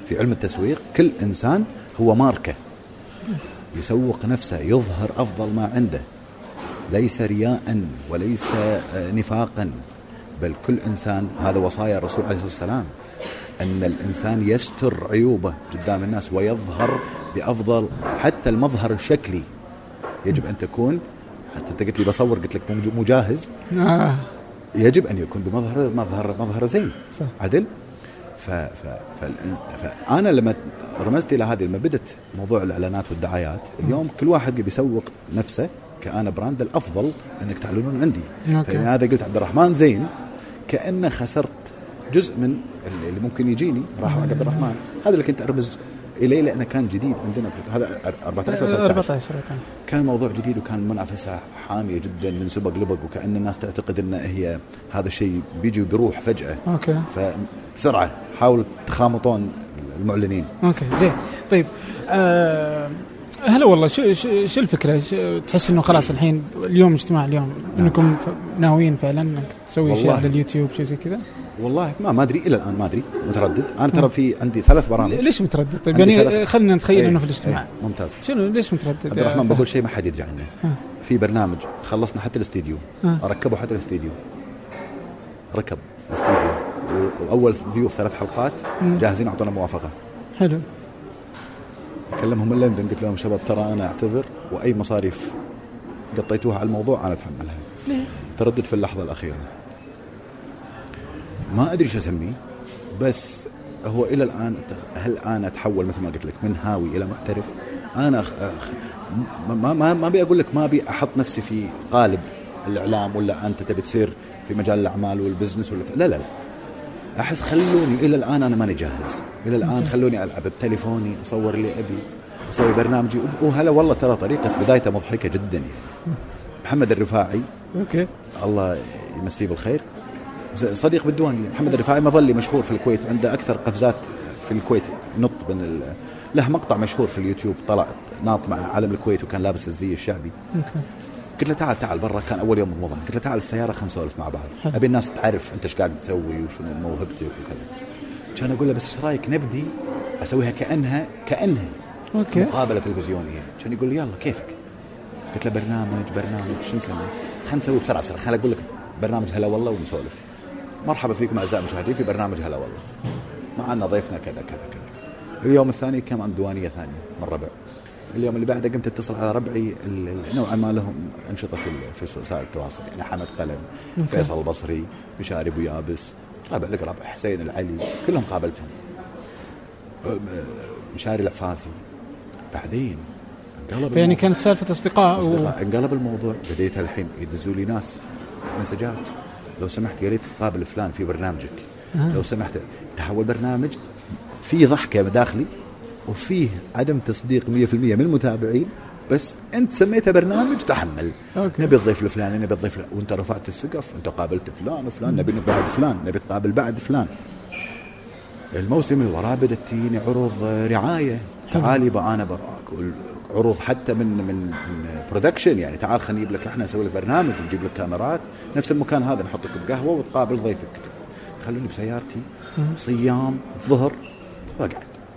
في علم التسويق كل إنسان هو ماركة يسوق نفسه، يظهر أفضل ما عنده، ليس رياء وليس نفاقا، بل كل إنسان، هذا وصايا الرسول عليه الصلاة والسلام، أن الإنسان يستر عيوبه قدام الناس ويظهر بأفضل. حتى المظهر الشكلي يجب أن تكون، حتى أنت قلت لي بصور، قلت لك مو جاهز، آه. يجب أن يكون بمظهر مظهر مظهر زين صح. عدل. ف ف فأنا لما رمزت إلى هذه، لما بدت موضوع الإعلانات والدعايات، اليوم كل واحد بيسوق نفسه كأنا براند، الأفضل أنك تعلنون عندي. فهذا قلت عبد الرحمن زين، كأنه خسرت جزء من اللي ممكن يجيني، راح حق عبد الرحمن. هذا اللي كنت أرمز إليه لأنه كان جديد عندنا. هذا أربعة عشر ثلاثة عشر كان موضوع جديد، وكان المنافسة حامية جدا من سبق لبق، وكأن الناس تعتقد أن هي هذا الشيء بيجي وبيروح فجأة. أوكي. فبسرعة حاولوا تخامطون المعلنين. أوكي زين. طيب أه هلا والله، شو شو الفكرة؟ شو تحس إنه خلاص الحين اليوم اجتماع اليوم نعم. إنكم ناويين فعلا إنك تسوي شيء على اليوتيوب شيء زي كذا؟ والله ما ما ادري الى الان، ما ادري، متردد. انا ترى في عندي ثلاث برامج. ليش متردد؟ طيب يعني خلينا نتخيل انه في الاجتماع. ممتاز. شنو ليش متردد؟ عبد الرحمن بقول شيء ما حد يدري عنه. ها. في برنامج خلصنا حتى الاستديو، اركبه حتى الاستديو، ركب الاستديو، واول فيو في ثلاث حلقات جاهزين، اعطونا موافقه. حلو. كلمهم من لندن، قلت لهم شباب ترى انا اعتذر، واي مصاريف قطيتوها على الموضوع انا اتحملها. ليه؟ تردد في اللحظه الاخيره، ما أدري شو أسميه، بس هو إلى الآن هل أنا أتحول مثل ما قلت لك من هاوي إلى محترف؟ أنا أخ... ما ما ما أبي أقول لك ما أبي أحط نفسي في قالب الإعلام، ولا أنت تبي تصير في مجال الأعمال والبزنس ولا لا لا لا. أحس خلوني إلى الآن أنا ماني جاهز، إلى الآن خلوني ألعب بتليفوني، أصور اللي أبي، أسوي برنامجي، وهلا والله ترى طريقة بدايته مضحكة جدا يعني. محمد الرفاعي، أوكي، الله يمسيه بالخير، صديق بالديوانية. محمد الرفاعي مظلي مشهور في الكويت، عنده أكثر قفزات في الكويت، نط من ال... له مقطع مشهور في اليوتيوب، طلع ناط مع علم الكويت وكان لابس الزي الشعبي. أوكي. قلت له تعال تعال برا، كان أول يوم رمضان، قلت له تعال السيارة خلينا نسولف مع بعض، أبي الناس تعرف أنت إيش قاعد تسوي وشنو موهبتك وكذا. كان أقول له بس إيش رأيك نبدي أسويها كأنها كأنها أوكي. مقابلة تلفزيونية. كان يقول لي يلا كيفك. قلت له برنامج برنامج شو نسوي؟ خلينا نسوي بسرعة بسرعة، خليني أقول لك برنامج هلا والله ونسولف. مرحبا فيكم أعزائي المشاهدين في برنامج هلا والله، معنا ضيفنا كذا كذا كذا. اليوم الثاني كان عند دوانية ثانية من ربع. اليوم اللي بعده قمت اتصل على ربعي نوعا ما لهم أنشطة في في وسائل التواصل، يعني حمد قلم، فيصل البصري، مشاري ابو يابس، ربع القرب، حسين العلي، كلهم قابلتهم، مشاري العفاسي. بعدين انقلب يعني كانت سالفة أصدقاء, أصدقاء. و... انقلب الموضوع، بديت الحين يدزوا لي ناس مسجات، لو سمحت يا ريت تقابل فلان في برنامجك. آه. لو سمحت تحول برنامج فيه ضحكة داخلي وفيه عدم تصديق مية في المية من المتابعين، بس أنت سميته برنامج تحمل. أوكي. نبي الضيف الفلاني، نبي الضيف الفلاني، وأنت رفعت السقف، أنت قابلت فلان وفلان، نبي بعد فلان، نبي تقابل بعد فلان. الموسم اللي وراه بدأت تجيني عروض رعاية، تعالي بقى أنا براك، عروض حتى من من برودكشن، يعني تعال خلينا نجيب لك احنا نسوي لك برنامج ونجيب لك كاميرات نفس المكان هذا، نحطك بقهوة وتقابل ضيفك. خلوني بسيارتي صيام الظهر وقعد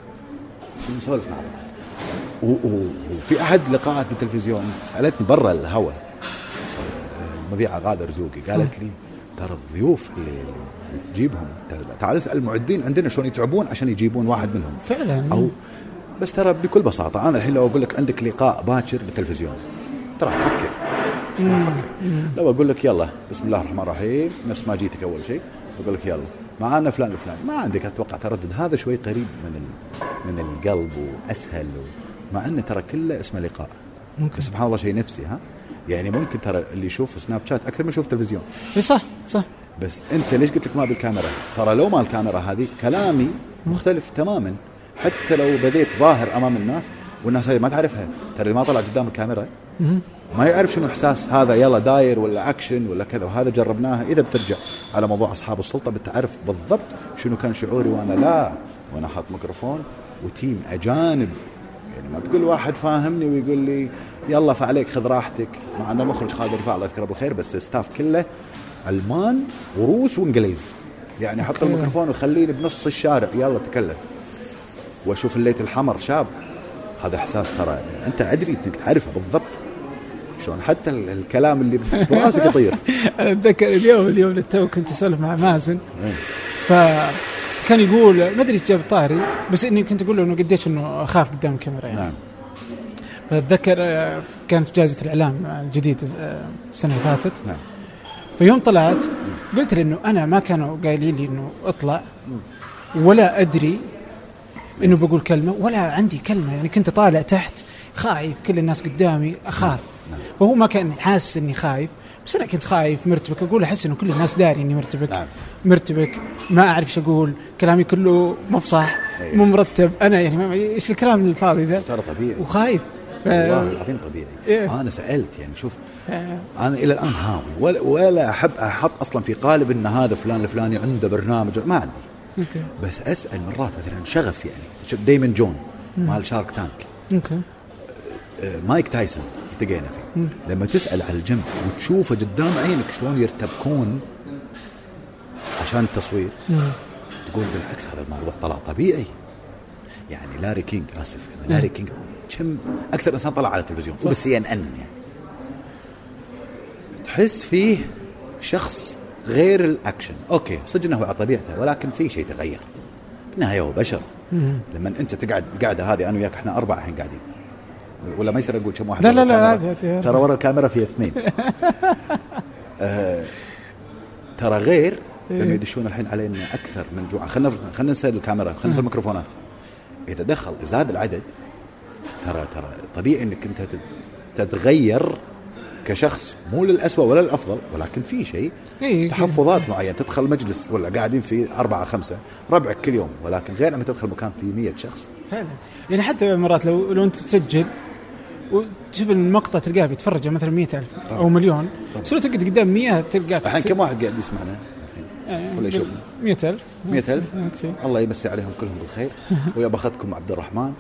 نسولف مع بعض. وفي أحد لقاءات بالتلفزيون سألتني برا الهواء المذيعة غادة رزوقي، قالت لي ترى الضيوف اللي, اللي تجيبهم تعال اسأل المعدين عندنا شلون يتعبون عشان يجيبون واحد منهم فعلا. أو بس ترى بكل بساطة أنا الحين لو أقول لك عندك لقاء باكر بالتلفزيون ترى تفكر ما تفكر. لو أقول لك يلا بسم الله الرحمن الرحيم نفس ما جيتك أول شيء أقول لك يلا معانا فلان وفلان، ما عندك أتوقع تردد. هذا شوي قريب من من القلب وأسهل، مع أنه ترى كله اسمه لقاء. ممكن سبحان الله شيء نفسي، ها يعني ممكن ترى اللي يشوف سناب شات أكثر من يشوف تلفزيون. صح صح. بس أنت ليش قلت لك ما بالكاميرا؟ ترى لو ما الكاميرا هذه كلامي مختلف تماما، حتى لو بديت ظاهر أمام الناس والناس هاي ما تعرفها. ترى اللي ما طلع قدام الكاميرا ما يعرف شنو إحساس هذا، يلا داير ولا أكشن ولا كذا. وهذا جربناها. إذا بترجع على موضوع أصحاب السلطة بتعرف بالضبط شنو كان شعوري وأنا لا وأنا حاط ميكروفون وتيم أجانب. يعني ما تقول واحد فاهمني ويقول لي يلا فعليك خذ راحتك، مع أن المخرج خالد رفاع الله يذكره بالخير، بس الستاف كله ألمان وروس وإنجليز، يعني حط الميكروفون وخليني بنص الشارع يلا تكلم. واشوف الليث الحمر شاب، هذا احساس ترى يعني انت ادري انك تعرفه بالضبط شلون، حتى الكلام اللي براسك يطير. اتذكر اليوم اليوم للتو كنت اسولف مع مازن، فكان يقول ما ادري ايش جاب طاري، بس اني كنت اقول له انه قديش انه اخاف قدام الكاميرا يعني. نعم. فاتذكر كانت جائزة الاعلام الجديدة السنة اللي فاتت. نعم. فيوم طلعت قلت له انه انا ما كانوا قايلين لي انه اطلع ولا ادري انه بقول كلمة ولا عندي كلمة، يعني كنت طالع تحت خايف، كل الناس قدامي اخاف. نعم. فهو ما كان حاسس اني خايف، بس انا كنت خايف مرتبك، اقول احس انه كل الناس داري اني مرتبك. نعم. مرتبك ما اعرف ايش اقول، كلامي كله مو بصح. أيوة. مو مرتب، انا يعني ايش الكلام الفاضي ذا، ترى طبيعي وخايف والله العظيم طبيعي. إيه؟ انا سالت يعني شوف آه. انا الى الان هاوي ولا, ولا احب احط اصلا في قالب ان هذا فلان الفلاني عنده برنامج، ما عندي. أوكي. بس اسال مرات مثلا شغف، يعني دايمن جون مال شارك تانك. اوكي. مايك تايسون التقينا فيه. مم. لما تسال على الجنب وتشوفه قدام عينك شلون يرتبكون عشان التصوير. مم. تقول بالعكس هذا الموضوع طلع طبيعي. يعني لاري كينج اسف يعني لاري كينج كم اكثر انسان طلع على التلفزيون وبالسي ان ان يعني تحس فيه شخص غير الاكشن. اوكي صدق انه على طبيعته، ولكن في شيء تغير بالنهايه، هو بشر. لما انت تقعد قاعده هذه انا وياك احنا اربعه الحين قاعدين، ولا ما يصير اقول كم واحد؟ لا لا لا ترى ورا الكاميرا في اثنين. آه ترى غير لما يدشون الحين علينا اكثر من جوع. خلينا خلينا نسال الكاميرا، خلينا نسال الميكروفونات. اذا دخل زاد العدد ترى ترى طبيعي انك انت تتغير كشخص، مو للأسوأ ولا للأفضل، ولكن في شيء تحفظات معينة. تدخل مجلس ولا قاعدين في أربعة خمسة ربعك كل يوم، ولكن غير لما تدخل مكان فيه مية شخص. فعلا يعني حتى مرات لو لو أنت تسجل وتشوف المقطع تلقاه بيتفرج مثلا مئة ألف طبعا. أو مليون، بس لو تقعد قدام مية تلقاه الحين كم واحد قاعد يسمعنا الحين ولا يشوفنا؟ مئة ألف مئة ألف الله يمسي عليهم كلهم بالخير. ويا بأخذكم عبد الرحمن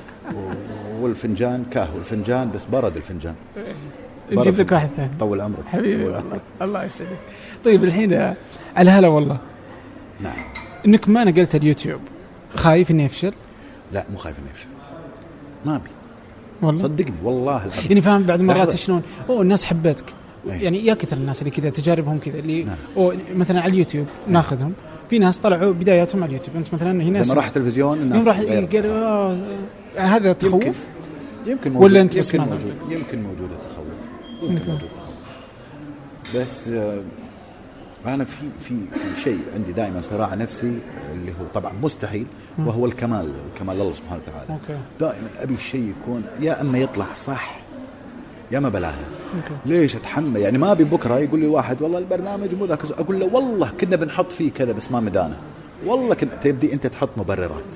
والفنجان كاهو الفنجان بس برد الفنجان. نجيب لك واحد ثاني طول عمرك حبيبي. طول عمرك. الله يسعدك. طيب الحين على هلا والله. نعم. انك ما نقلت اليوتيوب خايف اني افشل؟ لا مو خايف اني افشل، ما ابي والله صدقني والله العظيم. يعني فاهم بعد مرات شلون اوه الناس حبتك. يعني يا كثر الناس اللي كذا تجاربهم كذا اللي نعم. او مثلا على اليوتيوب ناخذهم، في ناس طلعوا بداياتهم على اليوتيوب. انت مثلا هنا لما راح تلفزيون الناس راح قالوا هذا تخوف يمكن, يمكن موجود. ولا انت يمكن موجود يمكن موجود التخوف يمكن موجود التخوف. بس آه انا في في في شيء عندي دائما صراع نفسي اللي هو طبعا مستحيل، وهو الكمال كمال الله سبحانه وتعالى. أوكي. دائما ابي الشيء يكون يا اما يطلع صح يا ما بلاها. أوكي. ليش اتحمل يعني؟ ما ابي بكره يقول لي واحد والله البرنامج مو ذاك، اقول له والله كنا بنحط فيه كذا بس ما مدانه، والله كنت تبدي انت تحط مبررات.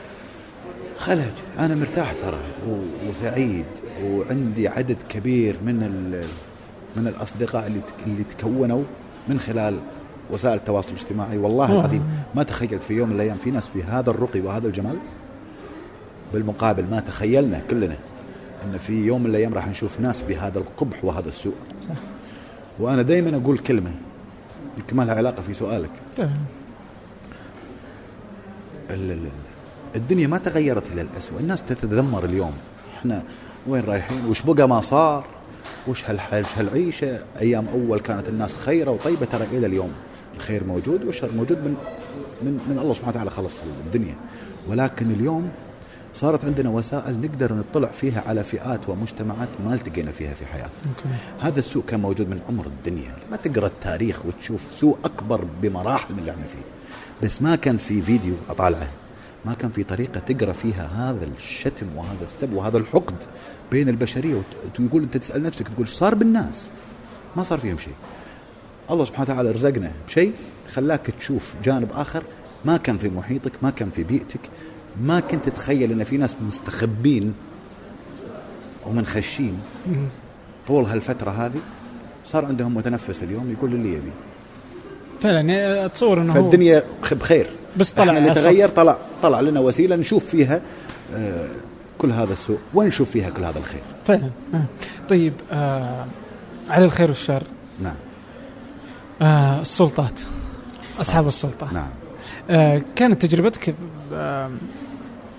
خلج انا مرتاح ترى وسعيد، وعندي عدد كبير من من الاصدقاء اللي اللي تكونوا من خلال وسائل التواصل الاجتماعي. والله العظيم ما تخيلت في يوم من الايام في ناس في هذا الرقي وهذا الجمال. بالمقابل ما تخيلنا كلنا ان في يوم من الايام راح نشوف ناس بهذا القبح وهذا السوء. صح. وانا دائما اقول كلمه يمكن ما لها علاقه في سؤالك. الدنيا ما تغيرت الى الاسوء، الناس تتذمر اليوم احنا وين رايحين، وش بقى ما صار، وش هالحال وش هالعيشه. ايام اول كانت الناس خيره وطيبه، ترى الى اليوم الخير موجود والشر موجود من من من الله سبحانه وتعالى خلق الدنيا. ولكن اليوم صارت عندنا وسائل نقدر نطلع فيها على فئات ومجتمعات ما التقينا فيها في حياتنا. هذا السوء كان موجود من عمر الدنيا. ما تقرأ التاريخ وتشوف سوء أكبر بمراحل من اللي احنا فيه، بس ما كان في فيديو أطالعه، ما كان في طريقة تقرأ فيها هذا الشتم وهذا السب وهذا الحقد بين البشرية. وتقول أنت تسأل نفسك تقول صار بالناس؟ ما صار فيهم شيء. الله سبحانه وتعالى رزقنا بشيء خلاك تشوف جانب آخر ما كان في محيطك، ما كان في بيئتك. ما كنت تتخيل ان في ناس مستخبين ومنخشين طول هالفتره هذه. صار عندهم متنفس اليوم يقول اللي يبي فعلا تصور انه فالدنيا بخير، بس طلع اللي تغير طلع طلع لنا وسيله نشوف فيها آه كل هذا السوء ونشوف فيها كل هذا الخير فعلا. آه. طيب آه على الخير والشر. نعم. آه السلطات، اصحاب السلطه. نعم. آه كانت تجربتك آه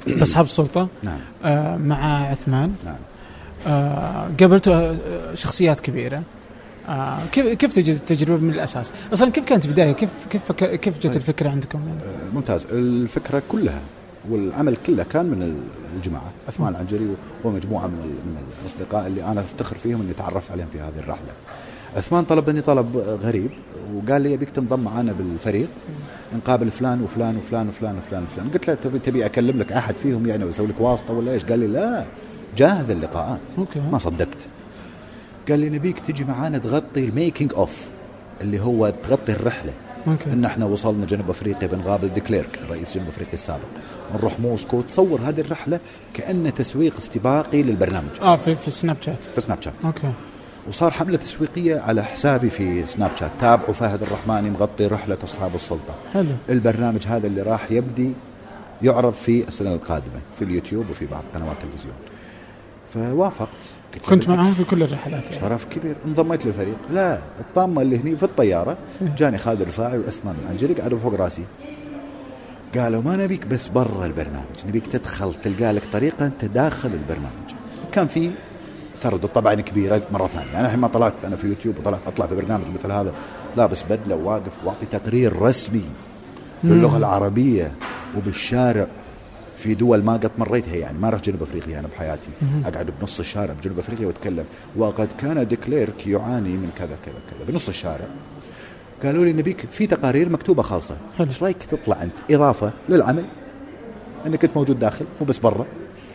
بأصحاب السلطة. نعم. آه مع عثمان. نعم. آه قابلته شخصيات كبيرة. آه كيف كيف تجد التجربة من الأساس؟ أصلا كيف كانت بداية؟ كيف كيف كيف جت الفكرة عندكم يعني؟ آه ممتاز. الفكرة كلها والعمل كله كان من الجماعة عثمان العنجري ومجموعة من من الأصدقاء اللي أنا أفتخر فيهم إني تعرفت عليهم في هذه الرحلة. عثمان طلب مني طلب غريب وقال لي يبيك تنضم معنا بالفريق نقابل فلان وفلان وفلان وفلان وفلان وفلان. قلت له تبي تبي أكلم لك أحد فيهم يعني وأسوي لك واسطة ولا إيش؟ قال لي لا جاهز اللقاءات. أوكي. ما صدقت. قال لي نبيك تجي معنا تغطي الميكينج أوف اللي هو تغطي الرحلة. أوكي. إن إحنا وصلنا جنوب أفريقيا بنقابل ديكليرك رئيس جنوب أفريقيا السابق ونروح موسكو تصور هذه الرحلة كأنه تسويق استباقي للبرنامج. آه في في سناب شات. في سناب شات. أوكي. وصار حملة تسويقية على حسابي في سناب شات تابعوا فهد الرحماني مغطي رحلة أصحاب السلطة. حلو. البرنامج هذا اللي راح يبدي يعرض في السنة القادمة في اليوتيوب وفي بعض قنوات التلفزيون. فوافقت. كنت معهم في كل الرحلات يعني. شرف كبير. انضميت للفريق. لا الطامة اللي هني في الطيارة جاني خالد الرفاعي وعثمان العنجري قعدوا فوق راسي قالوا ما نبيك بس برا البرنامج نبيك تدخل تلقى لك طريقة انت داخل البرنامج. كان في تردد طبعا كبيرة مرة ثانية. أنا الحين ما طلعت أنا في يوتيوب وطلعت أطلع في برنامج مثل هذا لابس بدلة وواقف واعطي تقرير رسمي باللغة العربية وبالشارع في دول ما قد مريتها يعني ما رحت جنوب أفريقيا أنا بحياتي أقعد بنص الشارع بجنوب أفريقيا وأتكلم وقد كان ديكليرك يعاني من كذا كذا كذا بنص الشارع. قالوا لي نبيك في تقارير مكتوبة خالصة إيش رأيك تطلع أنت إضافة للعمل أنك كنت موجود داخل مو بس برا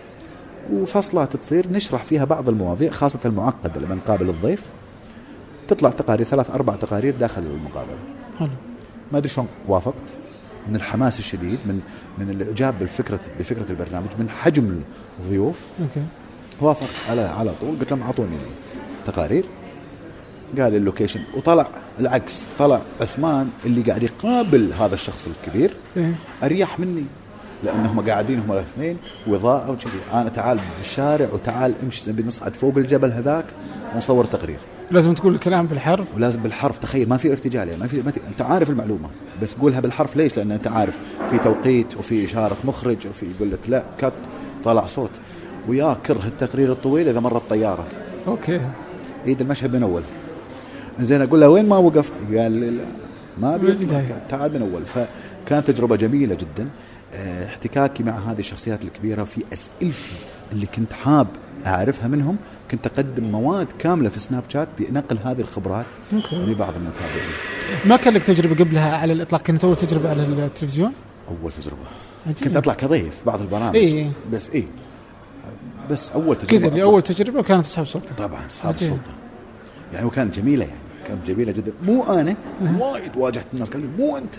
وفصلات تصير نشرح فيها بعض المواضيع خاصة المعقدة لما نقابل الضيف تطلع تقارير ثلاث أربع تقارير داخل المقابلة. حلو. ما أدري شلون وافقت من الحماس الشديد من من الإعجاب بالفكرة بفكرة البرنامج من حجم الضيوف. أوكي. وافقت على على طول قلت لهم أعطوني تقارير. قال اللوكيشن وطلع العكس طلع عثمان اللي قاعد يقابل هذا الشخص الكبير إيه؟ أريح مني لأنهم قاعدين هم الاثنين وإضاءة وكذي أنا تعال بالشارع وتعال امشي نبي نصعد فوق الجبل هذاك ونصور تقرير. لازم تقول الكلام بالحرف. ولازم بالحرف. تخيل ما في ارتجال يعني ما في ما ت... أنت عارف المعلومة بس قولها بالحرف. ليش؟ لأن أنت عارف في توقيت وفي إشارة مخرج وفي يقول لك لا كت طلع صوت ويا كره التقرير الطويل إذا مرت طيارة. أوكي. عيد المشهد من أول. زين أقول له وين ما وقفت؟ قال لي لا ما بيجي تعال من أول. فكانت تجربة جميلة جدا. احتكاكي مع هذه الشخصيات الكبيرة في أسئلتي اللي كنت حاب أعرفها منهم كنت أقدم مواد كاملة في سناب شات بنقل هذه الخبرات لبعض المتابعين. ما كان لك تجربة قبلها على الإطلاق؟ كنت أول تجربة على التلفزيون؟ أول تجربة. عجيب. كنت أطلع كضيف بعض البرامج. إيه. بس إيه بس أول تجربة كذا اللي أول تجربة كانت أصحاب السلطة. طبعا أصحاب السلطة يعني وكانت جميلة يعني كانت جميلة جدا. مو أنا وايد واجهت الناس قالوا مو أنت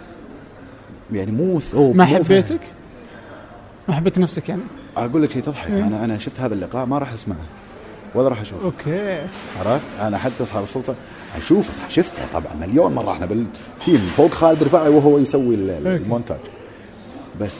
يعني مو ثوب. ما حبيتك؟ ما حبيت نفسك يعني؟ أقول لك شيء تضحك. إيه؟ أنا أنا شفت هذا اللقاء ما راح أسمعه ولا راح أشوفه. أوكي. عرفت؟ أنا حتى أصحاب السلطة أشوفه شفته طبعا مليون مرة إحنا بالتيم فوق خالد رفاعي وهو يسوي المونتاج. بس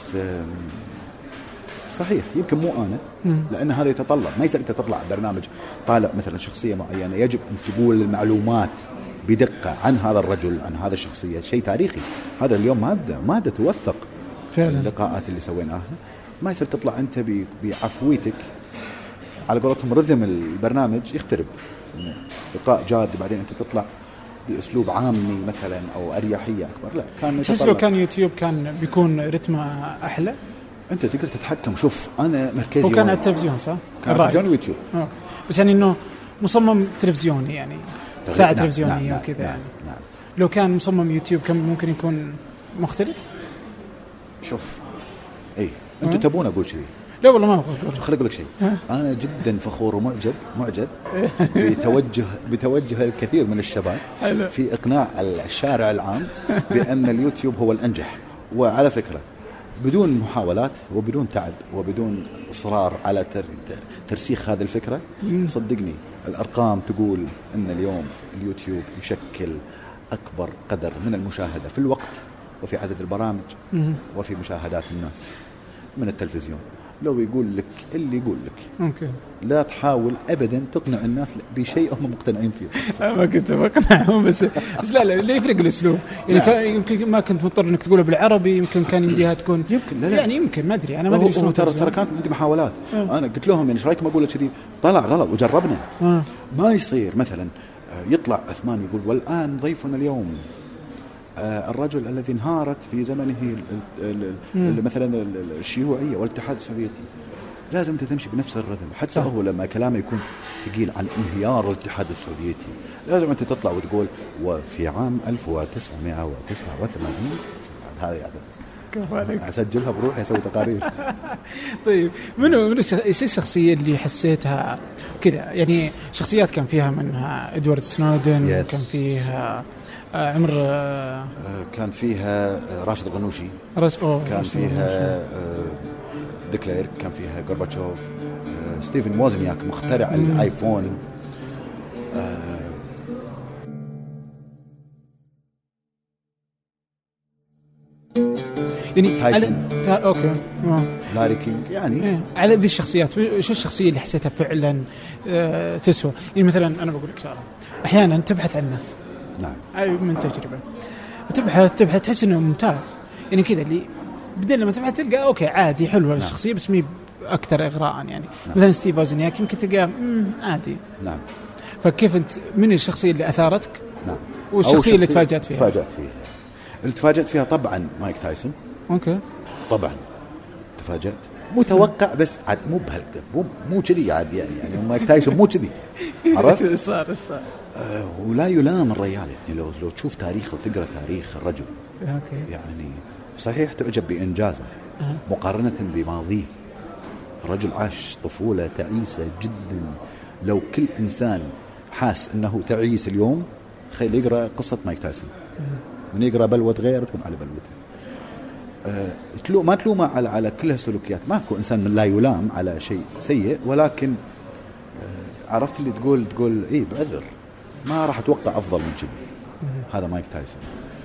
صحيح يمكن مو أنا لأن هذا يتطلب ما يصير أنت تطلع برنامج طالع مثلا شخصية معينة يجب أن تقول المعلومات بدقة عن هذا الرجل عن هذا الشخصية شيء تاريخي. هذا اليوم مادة مادة توثق فعلا. اللقاءات اللي سويناها ما يصير تطلع أنت بعفويتك على قولتهم رذم البرنامج يخترب لقاء جاد بعدين أنت تطلع بأسلوب عامي مثلا أو أريحية أكبر. لا كان تحس لو كان يوتيوب كان بيكون رتمه أحلى. أنت تقدر تتحكم. شوف أنا مركزي وكان على التلفزيون صح؟ كان تلفزيون ويوتيوب. أوه. بس يعني إنه مصمم تلفزيوني يعني ساعة نعم تلفزيونية نعم وكذا نعم يعني. نعم. لو كان مصمم يوتيوب كم ممكن يكون مختلف؟ شوف إيه أنتوا تبون أقول شيء؟ لا والله ما أقول. خليني أقول لك شيء. أنا جدا فخور ومعجب معجب بتوجه بتوجه الكثير من الشباب في إقناع الشارع العام بأن اليوتيوب هو الأنجح. وعلى فكرة بدون محاولات وبدون تعب وبدون إصرار على ترسيخ هذه الفكرة صدقني الأرقام تقول أن اليوم اليوتيوب يشكل أكبر قدر من المشاهدة في الوقت وفي عدد البرامج وفي مشاهدات الناس من التلفزيون. لو يقول لك اللي يقول لك. أوكي. لا تحاول أبدا تقنع الناس بشيء هم مقتنعين فيه. ما كنت بقنعهم بس بس لا لا لا يفرق الأسلوب يعني كان يمكن ما كنت مضطر إنك تقولها بالعربي يمكن كان يمديها تكون يمكن لا لا. يعني يمكن ما أدري أنا ما أدري شو ترى ترى كانت عندي محاولات أه. أنا قلت لهم يعني إيش رأيكم أقول لك كذي طلع غلط وجربنا أه. ما يصير مثلا يطلع عثمان يقول والآن ضيفنا اليوم الرجل الذي انهارت في زمنه مثلا الشيوعية والاتحاد السوفيتي. لازم انت تمشي بنفس الرذم حتى هو لما كلامه يكون ثقيل عن انهيار الاتحاد السوفيتي لازم انت تطلع وتقول وفي عام ألف وتسعمائة وتسعة وثمانين هذا يعني اسجلها بروحي اسوي تقارير. طيب منو منو ايش الشخصيه اللي حسيتها كذا يعني شخصيات كان فيها منها ادوارد سنودن yes. كان فيها عمر آه كان فيها راشد الغنوشي رش... كان فيها ديكلير كان فيها غورباتشوف ستيفن ووزنياك مخترع مم. الايفون يعني على... اوكي لاري كينج يعني إيه. على ذي الشخصيات شو الشخصيه اللي حسيتها فعلا آه تسوى يعني مثلا انا بقول لك شغله احيانا تبحث عن الناس نعم أي من تجربة تبحث تبحث تحس إنه ممتاز يعني كذا اللي بدل لما تبحث تلقى أوكي عادي حلوة نعم. الشخصية بس مي أكثر إغراء يعني نعم. مثلا ستيف ووزنياك يمكن تلقى عادي نعم. فكيف أنت من الشخصية اللي أثارتك نعم. والشخصية اللي تفاجأت فيها تفاجأت فيها اللي تفاجأت فيها طبعا مايك تايسون أوكي طبعا تفاجأت متوقع بس عاد مو بهالك مو مو كذي عاد يعني يعني مايك تايسون مو كذي عرفت صار صار آه ولا يلام الرجال يعني لو لو تشوف تاريخه وتقرأ تاريخ الرجل أوكي. يعني صحيح تعجب بإنجازه أه. مقارنة بماضيه الرجل عاش طفولة تعيسة جدا لو كل إنسان حاس أنه تعيس اليوم خيل يقرأ قصة مايك تايسون من يقرأ بلوة غير تكون على بلوته أه تلو ما تلومه على على كل هالسلوكيات ماكو إنسان لا يلام على شيء سيء ولكن أه عرفت اللي تقول تقول إيه بعذر ما راح أتوقع أفضل من كذي هذا مايك تايسون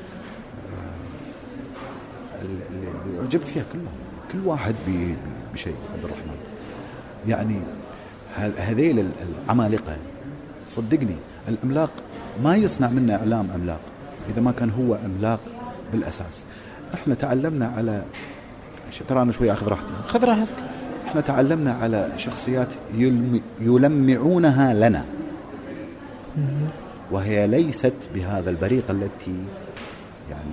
أه اللي عجبت فيها كلهم كل واحد بشيء عبد الرحمن يعني هذيل العمالقة صدقني العملاق ما يصنع منا إعلام عملاق إذا ما كان هو عملاق بالأساس إحنا تعلمنا على ترى أنا شوي أخذ راحتي خذ راحتك إحنا تعلمنا على شخصيات يلمعونها لنا وهي ليست بهذا البريق التي يعني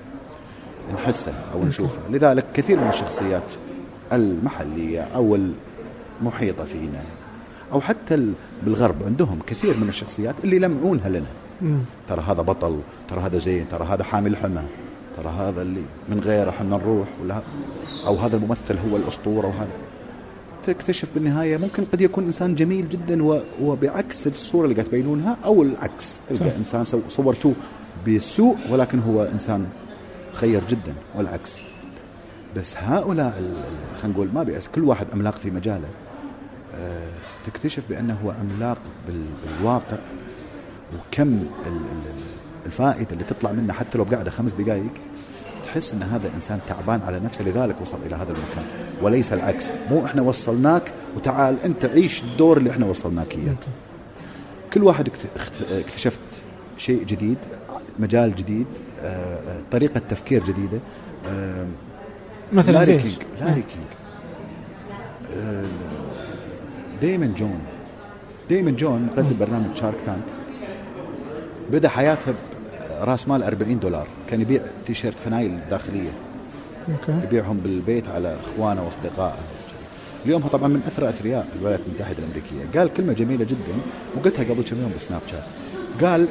نحسها أو نشوفها لذلك كثير من الشخصيات المحلية أو المحيطة فينا أو حتى بالغرب عندهم كثير من الشخصيات اللي يلمعونها لنا مم. ترى هذا بطل ترى هذا زين ترى هذا حامل حمى ترى هذا اللي من غيره احنا نروح ولا أو هذا الممثل هو الأسطورة وهذا تكتشف بالنهاية ممكن قد يكون إنسان جميل جدا وبعكس الصورة اللي قاعد تبينونها أو العكس تلقى إنسان صورته بسوء ولكن هو إنسان خير جدا والعكس بس هؤلاء خلينا نقول ما بيأس كل واحد عملاق في مجاله أه تكتشف بأنه هو عملاق بالواقع وكم الفائدة اللي تطلع منه حتى لو قاعدة خمس دقائق تحس أن هذا إنسان تعبان على نفسه لذلك وصل إلى هذا المكان وليس العكس مو إحنا وصلناك وتعال أنت عيش الدور اللي إحنا وصلناك إياه كل واحد اكتشفت شيء جديد مجال جديد أه طريقة تفكير جديدة أه مثلا لاري زيش كينج لاري كينج أه دايمن جون دايمن جون مقدم برنامج شارك تانك بدأ حياته راس مال أربعين دولار كان يبيع تيشيرت فنايل داخلية أوكي. يبيعهم بالبيت على إخوانه وأصدقائه اليوم هو طبعا من أثرى أثرياء الولايات المتحدة الأمريكية قال كلمة جميلة جدا وقلتها قبل كم يوم بالسناب شات قال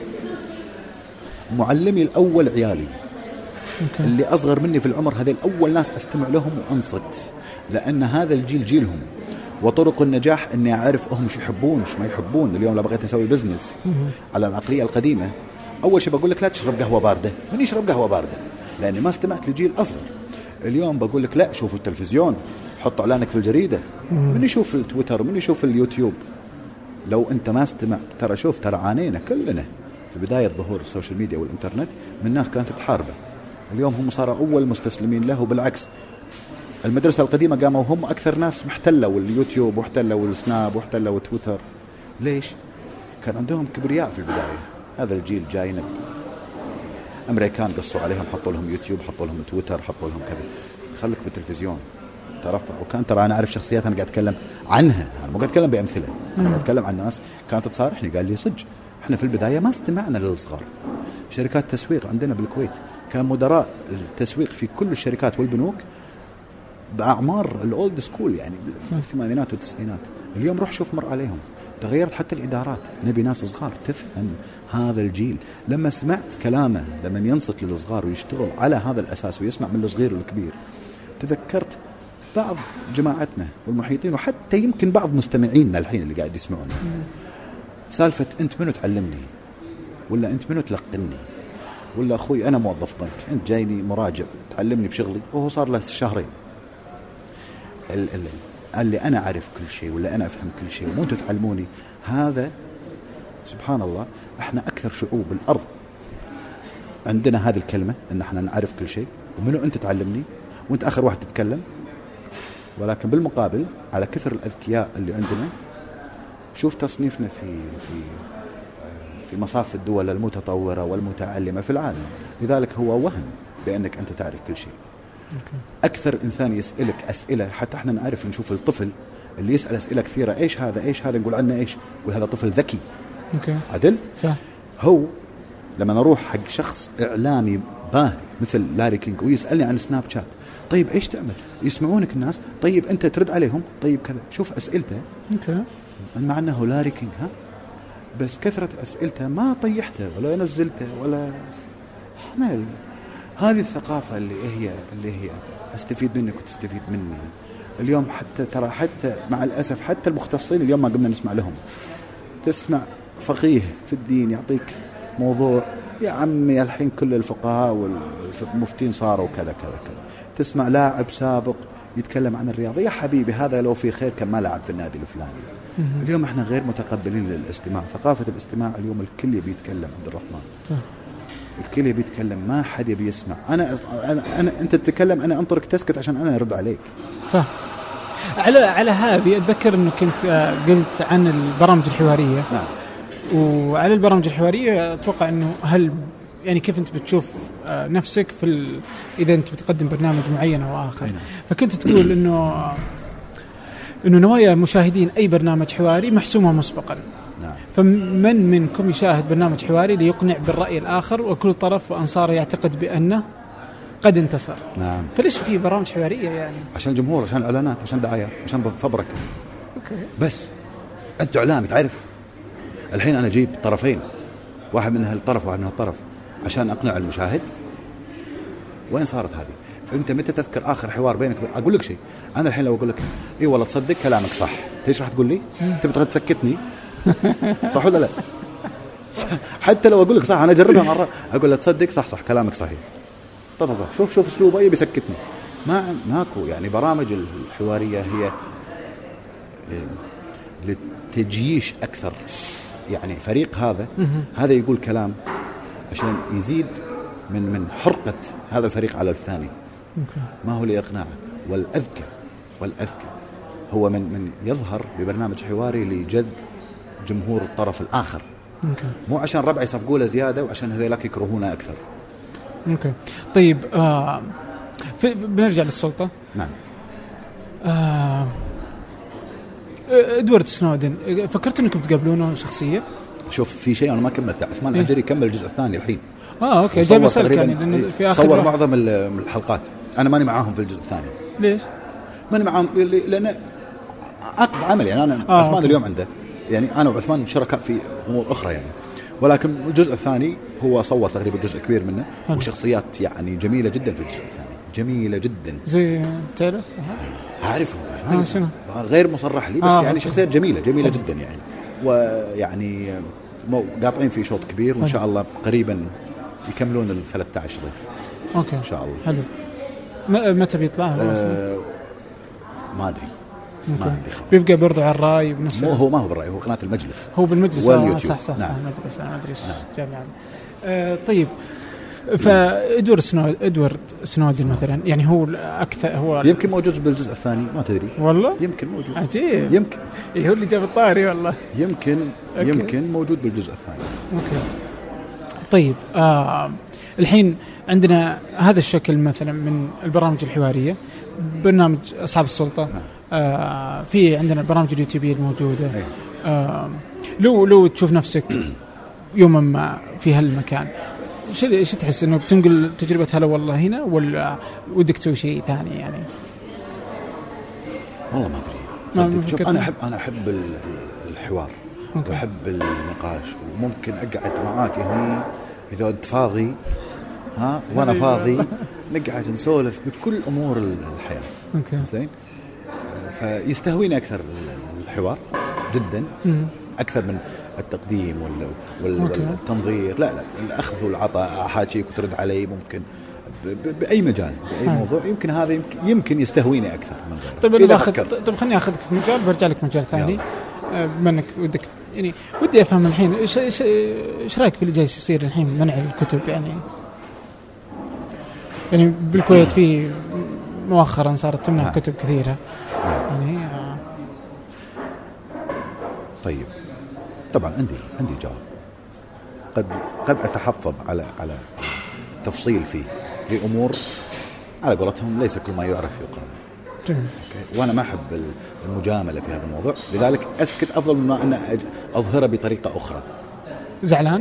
معلمي الأول عيالي أوكي. اللي أصغر مني في العمر هذين أول ناس أستمع لهم وأنصت لأن هذا الجيل جيلهم وطرق النجاح أني أعرف هم شو يحبون شو ما يحبون اليوم لو بغيت أسوي بزنس على العقلية القديمة أول شيء بقول لك لا تشرب قهوة باردة من يشرب قهوة باردة لأني ما استمعت لجيل أصغر اليوم بقول لك لا شوفوا التلفزيون حط إعلانك في الجريدة من يشوف التويتر من يشوف اليوتيوب لو أنت ما استمعت ترى شوف ترى عانينا كلنا في بداية ظهور السوشيال ميديا والإنترنت من الناس كانت تحاربه اليوم هم صاروا أول مستسلمين له بالعكس المدرسة القديمة قاموا هم أكثر ناس محتلوا اليوتيوب واحتلوا السناب واحتلوا تويتر. ليش؟ كان عندهم كبرياء في البداية. هذا الجيل جاي نبي أمريكان قصوا عليهم، حطوا لهم يوتيوب، حطوا لهم تويتر، حطوا لهم كذا. خلك بالتلفزيون ترفع. وكان ترى أنا أعرف شخصيات أنا قاعد أتكلم عنها، أنا مو قاعد أتكلم بأمثلة، أنا قاعد أتكلم عن ناس كانت تصارحني قال لي صدق إحنا في البداية ما استمعنا للصغار. شركات تسويق عندنا بالكويت كان مدراء التسويق في كل الشركات والبنوك بأعمار الأولد سكول، يعني بالثمانينات والتسعينات. اليوم روح شوف مر عليهم، تغيرت حتى الإدارات. نبي ناس صغار تفهم هذا الجيل. لما سمعت كلامه لما ينصت للصغار ويشتغل على هذا الأساس ويسمع من الصغير والكبير، تذكرت بعض جماعتنا والمحيطين وحتى يمكن بعض مستمعينا الحين اللي قاعد يسمعون سالفة أنت منو تعلمني، ولا أنت منو تلقني، ولا أخوي أنا موظف بنك أنت جايني مراجع تعلمني بشغلي، وهو صار له شهرين. قال لي أنا أعرف كل شيء ولا أنا أفهم كل شيء ومو أنتوا تعلموني. هذا سبحان الله، إحنا أكثر شعوب الأرض عندنا هذه الكلمة إن إحنا نعرف كل شيء، ومنو أنت تعلمني وأنت آخر واحد تتكلم. ولكن بالمقابل على كثر الأذكياء اللي عندنا، شوف تصنيفنا في في في مصاف الدول المتطورة والمتعلمة في العالم. لذلك هو وهم بأنك أنت تعرف كل شيء. أكثر إنسان يسألك أسئلة، حتى إحنا نعرف نشوف الطفل اللي يسأل أسئلة كثيرة، إيش هذا إيش هذا، نقول عنه إيش، نقول هذا طفل ذكي. أوكي. عدل؟ صح. هو لما نروح حق شخص إعلامي باهر مثل لاري كينج ويسألني عن سناب شات، طيب إيش تعمل؟ يسمعونك الناس، طيب أنت ترد عليهم، طيب كذا. شوف أسئلته. أوكي. مع أنه لاري كينج ها، بس كثرة أسئلته ما طيحته ولا نزلته ولا. إحنا هذه الثقافة اللي هي اللي هي أستفيد منك وتستفيد مني. اليوم حتى ترى حتى مع الأسف حتى المختصين اليوم ما قمنا نسمع لهم. تسمع فقيه في الدين يعطيك موضوع، يا عمي الحين كل الفقهاء والمفتين صاروا كذا كذا كذا. تسمع لاعب سابق يتكلم عن الرياضة، يا حبيبي هذا لو في خير كان ما لعب في النادي الفلاني. اليوم احنا غير متقبلين للاستماع. ثقافة الاستماع اليوم الكل يبي يتكلم. عبد الرحمن الكل يبي يتكلم، ما حد يبي يسمع. أنا أنا أنا أنت تتكلم أنا أنطرك تسكت عشان أنا أرد عليك. صح. على على هذه أتذكر إنه كنت قلت عن البرامج الحوارية. نعم. وعلى البرامج الحوارية أتوقع إنه هل يعني كيف أنت بتشوف نفسك في ال... إذا أنت بتقدم برنامج معين أو آخر. فكنت تقول إنه إنه نوايا مشاهدين أي برنامج حواري محسومة مسبقا. نعم. فمن منكم يشاهد برنامج حواري ليقنع بالرأي الآخر، وكل طرف وأنصاره يعتقد بأنه قد انتصر. نعم. فليش في برامج حوارية يعني؟ عشان الجمهور، عشان الإعلانات، عشان دعايات، عشان فبركة. أوكي. بس أنت إعلامي تعرف. الحين أنا أجيب طرفين، واحد من هالطرف وواحد من هالطرف، عشان أقنع المشاهد. وين صارت هذه؟ أنت متى تذكر آخر حوار بينك؟ أقول لك شيء، أنا الحين لو أقول لك إيه والله تصدق كلامك صح، تيش راح تقول لي؟ تبغى تسكتني؟ صح ولا لا؟ حتى لو أقول لك صح، أنا أجربها مرة، أقول لك تصدق صح صح كلامك صحيح. طب طب شوف شوف أسلوبه أيه بيسكتني. ما ماكو يعني. برامج الحوارية هي للتجييش أكثر. يعني فريق هذا هذا يقول كلام عشان يزيد من من حرقة هذا الفريق على الثاني. ما هو لإقناعه. والأذكى والأذكى هو من من يظهر ببرنامج حواري لجذب جمهور الطرف الآخر. مو عشان ربع يصفقوا له زيادة وعشان هذيلاك يكرهونه أكثر. أوكي. طيب آه بنرجع للسلطة. نعم. آه إدوارد سنودن، فكرت إنكم تقابلونه شخصيا؟ شوف في شيء أنا ما كملت. عثمان إيه؟ العجري كمل الجزء الثاني الحين. آه أوكي. جاي بسألك يعني لأن في آخر صور معظم الحلقات. أنا ماني معاهم في الجزء الثاني. ليش؟ ماني معاهم لأن عقد عمل يعني. أنا آه عثمان أوكي. اليوم عنده يعني أنا وعثمان شركاء في أمور أخرى يعني. ولكن الجزء الثاني هو صور تقريبا جزء كبير منه. حلو. وشخصيات يعني جميلة جدا في الجزء الثاني، جميلة جدا. زي تعرف؟ عارفه آه شنو؟ غير مصرح لي بس آه يعني أوكي. شخصيات جميلة جميلة جدا يعني. ويعني قاطعين في شوط كبير، وإن شاء الله قريبا يكملون ال ثلاثة عشر ضيف. أوكي إن شاء الله. حلو. متى بيطلع؟ أه ما أدري. ما عندي خبر. بيبقى برضو على الرأي بنفسه. مو هو ما هو بالرأي، هو قناة المجلس. هو بالمجلس. واليوتيوب. صح صح نعم. صح المجلس. أنا ما أدري إيش نعم. جامعة. آه طيب فإدوارد سنو إدوارد سنودن مثلا يعني هو أكثر هو يمكن موجود بالجزء الثاني ما تدري والله يمكن موجود عجيب يمكن إيه هو اللي جاب الطاري والله يمكن أوكي. يمكن موجود بالجزء الثاني. أوكي طيب آه الحين عندنا هذا الشكل مثلا من البرامج الحوارية برنامج أصحاب السلطة آه في عندنا البرامج اليوتيوبية الموجودة آه لو لو تشوف نفسك يوما ما في هالمكان شو ايش تحس انه بتنقل تجربة هلا والله هنا ولا ودك تسوي شيء ثاني يعني؟ والله ما ادري. شوف انا احب انا احب الحوار أوكي. واحب النقاش وممكن اقعد معاك هنا اذا انت فاضي ها وانا فاضي نقعد نسولف بكل امور الحياة. اوكي زين فيستهويني اكثر الحوار جدا مم. اكثر من التقديم وال... والتنظير. لا لا الأخذ والعطاء أحاجيك وترد علي ممكن ب... بأي مجال بأي هاي. موضوع يمكن هذا يمكن, يمكن يستهويني أكثر من غيره. طيب إذا أخذ طيب خلني أخذك في مجال برجع لك مجال ثاني بما أنك ودك يعني ودي أفهم الحين إيش إيش إيش رأيك في اللي جالس يصير الحين منع الكتب يعني يعني بالكويت في مؤخرا صارت تمنع كتب كثيرة يعني آه. طيب طبعا عندي عندي جواب قد قد اتحفظ على على التفصيل فيه لامور على قولتهم ليس كل ما يعرف يقال. أوكي. وانا ما احب المجامله في هذا الموضوع لذلك اسكت افضل مما ان اظهره بطريقه اخرى. زعلان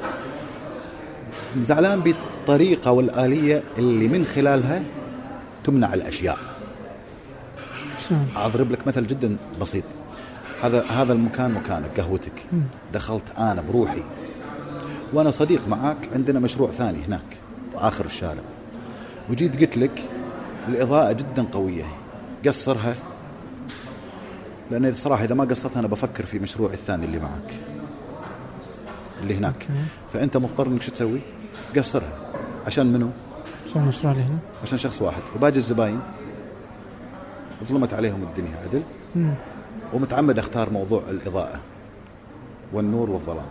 زعلان بالطريقه والاليه اللي من خلالها تمنع الاشياء. شلون؟ اضرب لك مثل جدا بسيط. هذا هذا المكان مكانك قهوتك م. دخلت أنا بروحي وأنا صديق معك عندنا مشروع ثاني هناك آخر الشارع وجيت قلت لك الإضاءة جدا قوية قصرها لأن صراحة إذا ما قصرتها أنا بفكر في مشروع الثاني اللي معك اللي هناك أوكي. فأنت مضطر إنك شو تسوي قصرها عشان منو عشان المشروع اللي هنا عشان شخص واحد وباقي الزباين ظلمت عليهم الدنيا عدل م. ومتعمد اختار موضوع الإضاءة والنور والظلام.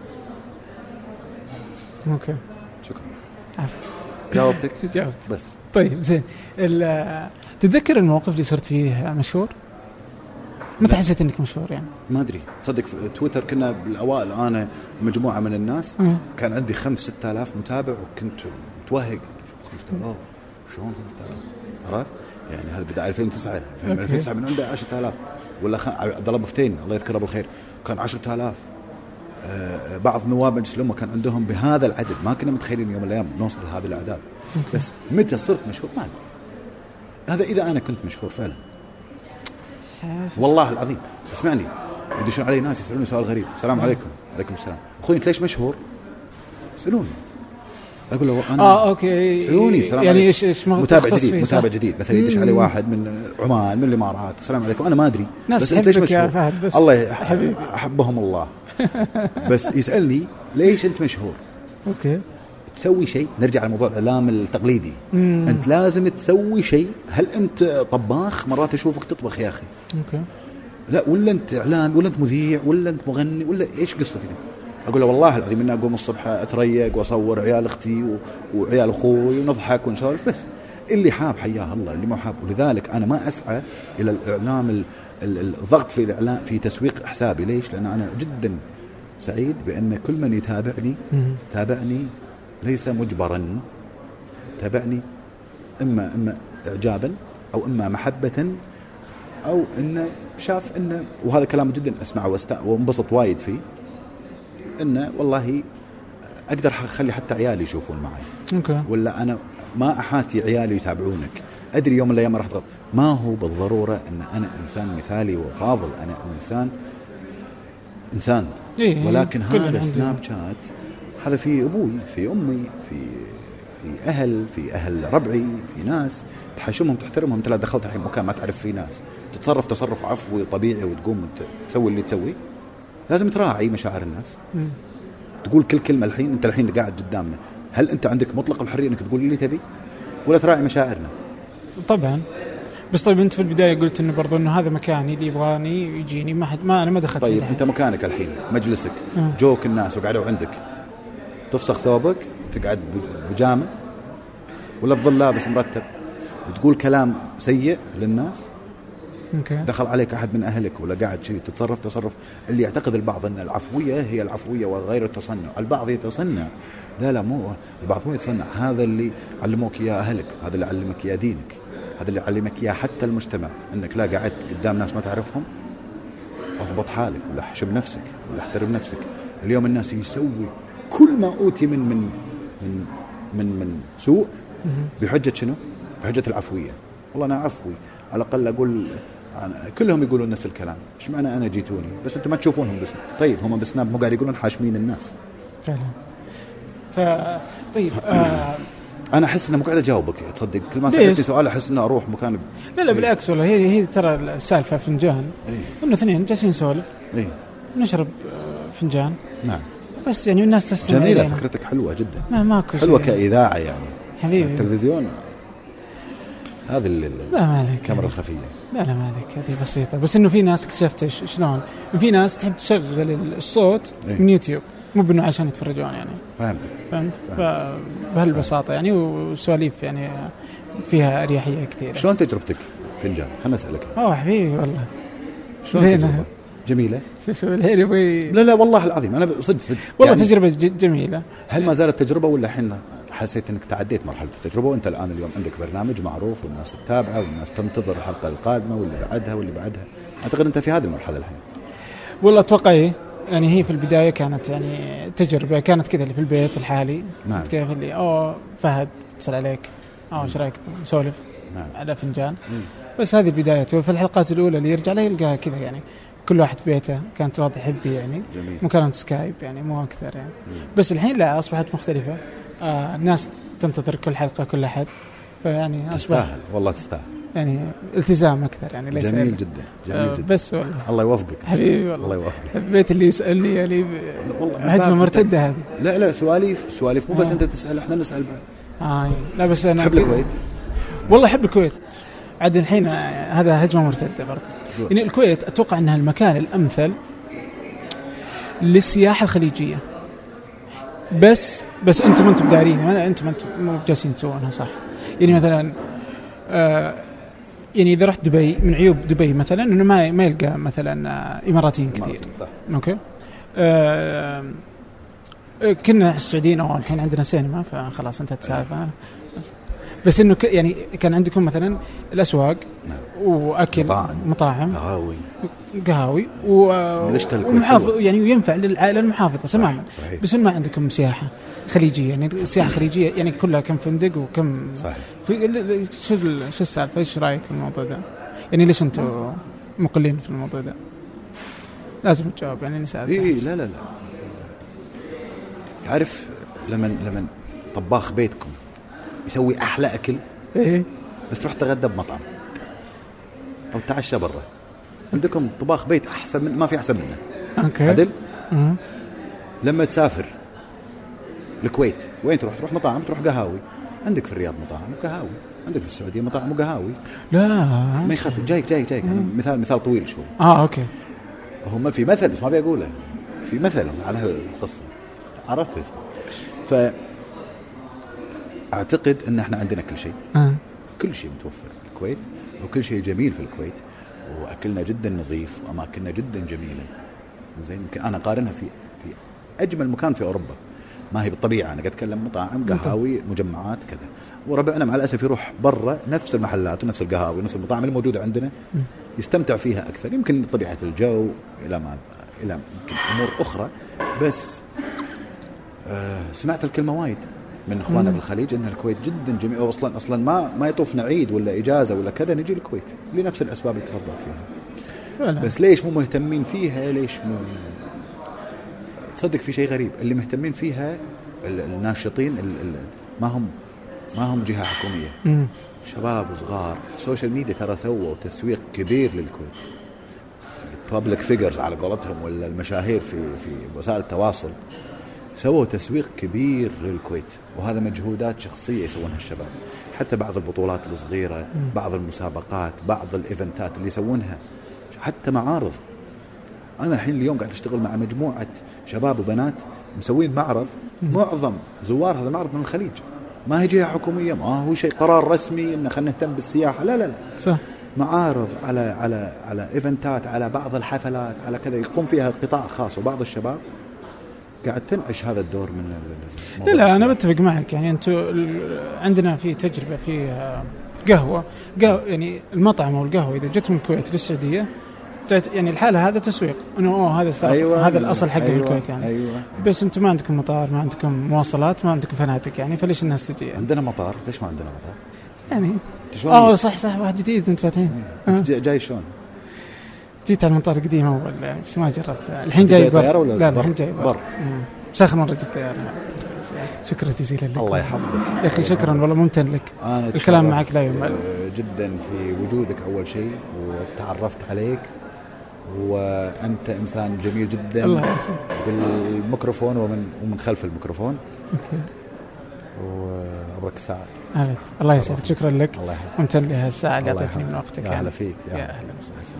اوكي شكرا عفوا جاوبتك جاوبت بس. طيب زين تتذكر الموقف اللي صرت فيه مشهور متى حسيت انك مشهور يعني؟ ما ادري تصدق في تويتر كنا بالاوائل انا مجموعه من الناس م. كان عندي خمس ستة آلاف متابع وكنت متوهق خمسة آلاف شلون خمسة آلاف عرفت يعني هذا بدأ ألفين وتسعة ألفين وتسعة من عنده عشرة آلاف ولا خ... عبد الله بفتين الله يذكره بالخير كان عشرة آلاف. آه بعض نواب مجلس الأمة كان عندهم بهذا العدد ما كنا متخيلين يوم من الأيام نوصل لهذه الأعداد. بس متى صرت مشهور ما أدري هذا إذا أنا كنت مشهور فعلا والله العظيم. اسمعني يدشون علي ناس يسألوني سؤال غريب السلام عليكم عليكم السلام أخوي أنت ليش مشهور يسألوني أقول له أنا آه أوكي سألوني يعني إيش إيش متابع جديد متابع جديد مثلا يدش علي واحد من عمان من الإمارات السلام عليكم أنا ما أدري بس أنت ليش مشهور بس الله أحبهم الله بس يسألني ليش أنت مشهور أوكي تسوي شيء. نرجع لموضوع الإعلام التقليدي مم. أنت لازم تسوي شيء. هل أنت طباخ مرات أشوفك تطبخ يا أخي أوكي لا ولا أنت إعلام ولا أنت مذيع ولا أنت مغني ولا إيش قصتك؟ أقول له والله العظيم إني أقوم الصبح أتريق وأصور عيال أختي و... وعيال أخوي ونضحك ونسولف بس اللي حاب حياه الله اللي ما حاب. ولذلك أنا ما أسعى إلى الإعلام ال... الضغط في الإعلام في تسويق حسابي. ليش؟ لأن أنا جدا سعيد بأن كل من يتابعني تابعني ليس مجبرا تابعني إما إما إعجابا أو إما محبة أو إنه شاف إنه وهذا كلام جدا أسمعه واستع وانبسط وايد فيه إنه والله أقدر أخلي حتى عيالي يشوفون معي أوكي. ولا أنا ما أحاتي عيالي يتابعونك. أدري يوم من الأيام راح تغلط ما هو بالضرورة إن أنا إنسان مثالي وفاضل أنا إنسان إنسان إيه ولكن هذا سناب شات هذا في أبوي في أمي في في أهل في أهل ربعي في ناس تحاشمهم تحترمهم. أنت لا دخلت الحين مكان ما تعرف فيه ناس تتصرف تصرف عفوي طبيعي وتقوم تسوي اللي تسوي لازم تراعي مشاعر الناس. م. تقول كل كلمة الحين أنت الحين قاعد قدامنا هل أنت عندك مطلق الحرية أنك تقول اللي تبي ولا تراعي مشاعرنا؟ طبعا بس طيب أنت في البداية قلت إنه برضو إنه هذا مكاني اللي يبغاني يجيني ما حد ما أنا ما دخلت. طيب أنت مكانك الحين مجلسك م. جوك الناس وقعدوا عندك تفسخ ثوبك تقعد بجامة ولا تظل لابس مرتب وتقول كلام سيء للناس. أوكي. دخل عليك أحد من أهلك ولا قاعد شيء تتصرف تصرف اللي يعتقد البعض أن العفوية هي العفوية وغير التصنع. البعض يتصنع، لا لا مو البعض مو يتصنع. هذا اللي علموك إياه أهلك، هذا اللي علمك إياه دينك، هذا اللي علمك إياه حتى المجتمع. أنك لا قاعد قدام ناس ما تعرفهم اضبط حالك ولا احشم نفسك ولا احترم نفسك. اليوم الناس يسوي كل ما أوتي من من من من, من سوء بحجة شنو؟ بحجة العفوية. والله أنا عفوي، على الأقل أقول أنا كلهم يقولون نفس الكلام، إيش معنى أنا جيتوني بس أنتم ما تشوفونهم بس. طيب هم بسناب مو قاعد يقولون حاشمين الناس فعلا. ف طيب آه... أنا أحس إنه مو قاعد أجاوبك. تصدق كل ما سألتني سؤال أحس إنه أروح مكان ب... لا لا بالعكس والله. هي هي ترى السالفة فنجان. إيه؟ إنه اثنين جالسين نسولف. إيه؟ نشرب فنجان. نعم. بس يعني الناس تستمع. جميلة إلينا. فكرتك حلوة جدا. ما ماكو حلوة كإذاعة يعني. حبيبي. التلفزيون هذه الكاميرا الخفية. لا لا مالك هذه بسيطة. بس إنه في ناس اكتشفت شلون في ناس تحب تشغل الصوت إيه؟ من يوتيوب، مو بأنه عشان يتفرجون يعني. فهمت. فهمت. بهالبساطة يعني وسواليف يعني فيها أريحية كثير. شلون تجربتك فنجان؟ خلنا أسألك. أوه حبيبي والله. شلون تجربة؟ جميلة. شوف الحين يبغى. لا لا والله العظيم أنا صدق صدق. والله يعني تجربة جميلة. هل ما زالت تجربة ولا الحين حسيت انك تعديت مرحله التجربه وانت الان اليوم عندك برنامج معروف والناس تتابعه والناس تنتظر الحلقه القادمه واللي بعدها واللي بعدها؟ اعتقد انت في هذه المرحله الحين. والله اتوقع ايه يعني. هي في البدايه كانت يعني تجربه، كانت كذا اللي في البيت الحالي. نعم. كيف اللي اوه فهد اتصل عليك، اه ايش رايك نسولف. نعم. على فنجان. مم. بس هذه بدايته. في الحلقات الاولى اللي يرجع لها يلقاها كذا يعني كل واحد في بيته، كانت واضح حبي يعني. جميل. مكالمة سكايب يعني مو اكثر يعني. مم. بس الحين لا، اصبحت مختلفه. آه الناس تنتظر كل حلقة كل أحد، فيعني تستاهل والله تستاهل يعني التزام أكثر يعني. ليس جميل يعني جدا جميل آه جدا. بس والله الله يوفقك حبيبي والله. الله يوفقك. حبيت اللي يسألني يعني هجمة مرتدة هذه. لا لا سواليف سواليف مو بس آه. أنت تسأل احنا نسأل بعد. آه لا بس أنا أحب الكويت والله أحب الكويت عاد الحين. هذا هجمة مرتدة برضه يعني. الكويت أتوقع أنها المكان الأمثل للسياحة الخليجية. بس بس أنتم أنتم دارين، أنتم أنتم مو جالسين تسوونها صح يعني. مثلا آه يعني إذا رحت دبي، من عيوب دبي مثلا إنه ما ما يلقى مثلا آه إماراتيين كثير. صح. أوكي. آه كنا السعوديين أو الحين عندنا سينما فخلاص أنت تسافر. بس, بس إنه يعني كان عندكم مثلا الأسواق وأكل مطاعم, مطاعم قهاوي قهاوي ومحافظ يعني وينفع للعائلة المحافظة تماما. بس ما عندكم سياحة خليجية يعني. السياحة الخليجية يعني كلها كم فندق وكم صحيح. في شو شو السالفة؟ إيش رأيك في الموضوع ده يعني؟ ليش أنتوا مقلين في الموضوع ده؟ لازم تجاوب يعني نسأل. إيه لا لا لا تعرف لما لما طباخ بيتكم يسوي أحلى أكل إيه بس تروح تغدى بمطعم أو تعشى برا، عندكم طباخ بيت أحسن من ما في أحسن منه. أوكي. عدل. أه. لما تسافر الكويت وين تروح؟ تروح مطاعم، تروح قهاوي. عندك في الرياض مطاعم وقهاوي، عندك في السعودية مطاعم وقهاوي. لا ما يخاف. جايك جايك جايك يعني مثال مثال طويل شوي. آه أوكي. هو ما في مثل بس ما بيقوله، في مثل على هالقصة عرفت. فأعتقد أن احنا عندنا كل شيء. أه. كل شيء متوفر في الكويت وكل شيء جميل في الكويت وأكلنا جدا نظيف وأماكننا جدا جميلة. زين يمكن أنا قارنها في في أجمل مكان في أوروبا. ما هي بالطبيعة، أنا قاعد أتكلم مطاعم قهاوي مجمعات كذا. وربعنا مع الأسف يروح برا نفس المحلات ونفس القهاوي ونفس المطاعم الموجودة عندنا يستمتع فيها أكثر. يمكن طبيعة الجو إلى ما إلى يمكن أمور أخرى. بس آه سمعت الكلمة وايد من إخواننا بالخليج إن الكويت جدا جميل. أصلا أصلا ما ما يطوفنا عيد ولا إجازة ولا كذا نجي الكويت لنفس الأسباب اللي تفضلت فيها. فعلا. بس ليش مو مهتمين فيها؟ ليش مو تصدق في شيء غريب؟ اللي مهتمين فيها الناشطين ما هم ما هم جهة حكومية. مم. شباب وصغار. السوشيال ميديا ترى سووا تسويق كبير للكويت. public figures على قولتهم ولا المشاهير في في وسائل التواصل سووا تسويق كبير للكويت، وهذا مجهودات شخصية يسوونها الشباب. حتى بعض البطولات الصغيرة، بعض المسابقات، بعض الإيفنتات اللي يسوونها، حتى معارض. أنا الحين اليوم قاعد أشتغل مع مجموعة شباب وبنات مسوين معرض، معظم زوار هذا المعرض من الخليج، ما هي جهة حكومية، ما هو شيء قرار رسمي إن خلينا نهتم بالسياحة، لا لا لا صح. معارض على على على إيفنتات، على بعض الحفلات، على كذا يقوم فيها قطاع خاص وبعض الشباب قاعد تنعش هذا الدور من لا لا أنا بتفق معك. يعني أنتوا عندنا في تجربة في قهوة قهوة يعني المطعم أو القهوة إذا جت من الكويت للسعودية يعني الحالة هذا تسويق إنه هذا أيوة هذا الأصل حق أيوة الكويت يعني. أيوة. بس أنتم ما عندكم مطار، ما عندكم مواصلات، ما عندكم فنادق يعني، فليش الناس تجي يعني؟ عندنا مطار، ليش ما عندنا مطار يعني؟ اه صح صح واحد جديد انت فاتحين. انت جاي شلون؟ جيت على المطار القديم اول بس ما جربت. الحين جاي بر ولا لا الحين جاي بر, بر. ساخر مره جيت طياره. شكرا جزيلا لك. الله يحفظك يا اخي شكرا والله ممتن لك. الكلام معك لا يمل جدا في وجودك اول شيء وتعرفت عليك وانت انسان جميل جدا. الله يسعدك. بالميكروفون ومن ومن خلف الميكروفون. اوكي. وابرك سعد. أهلا. الله يسعدك. شكرا لك. ممتن لي هالساعه اللي اعطيتني من وقتك. يا اهلا فيك. يا اهلا وسهلا.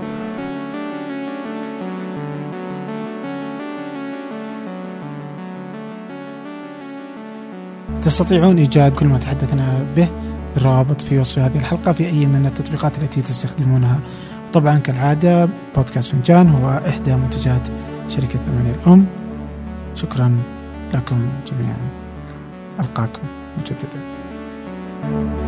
تستطيعون إيجاد كل ما تحدثنا به الروابط في وصف هذه الحلقة في أي من التطبيقات التي تستخدمونها. طبعا كالعادة بودكاست فنجان هو إحدى منتجات شركة ثمانية الأم. شكرا لكم جميعا. ألقاكم مجددا.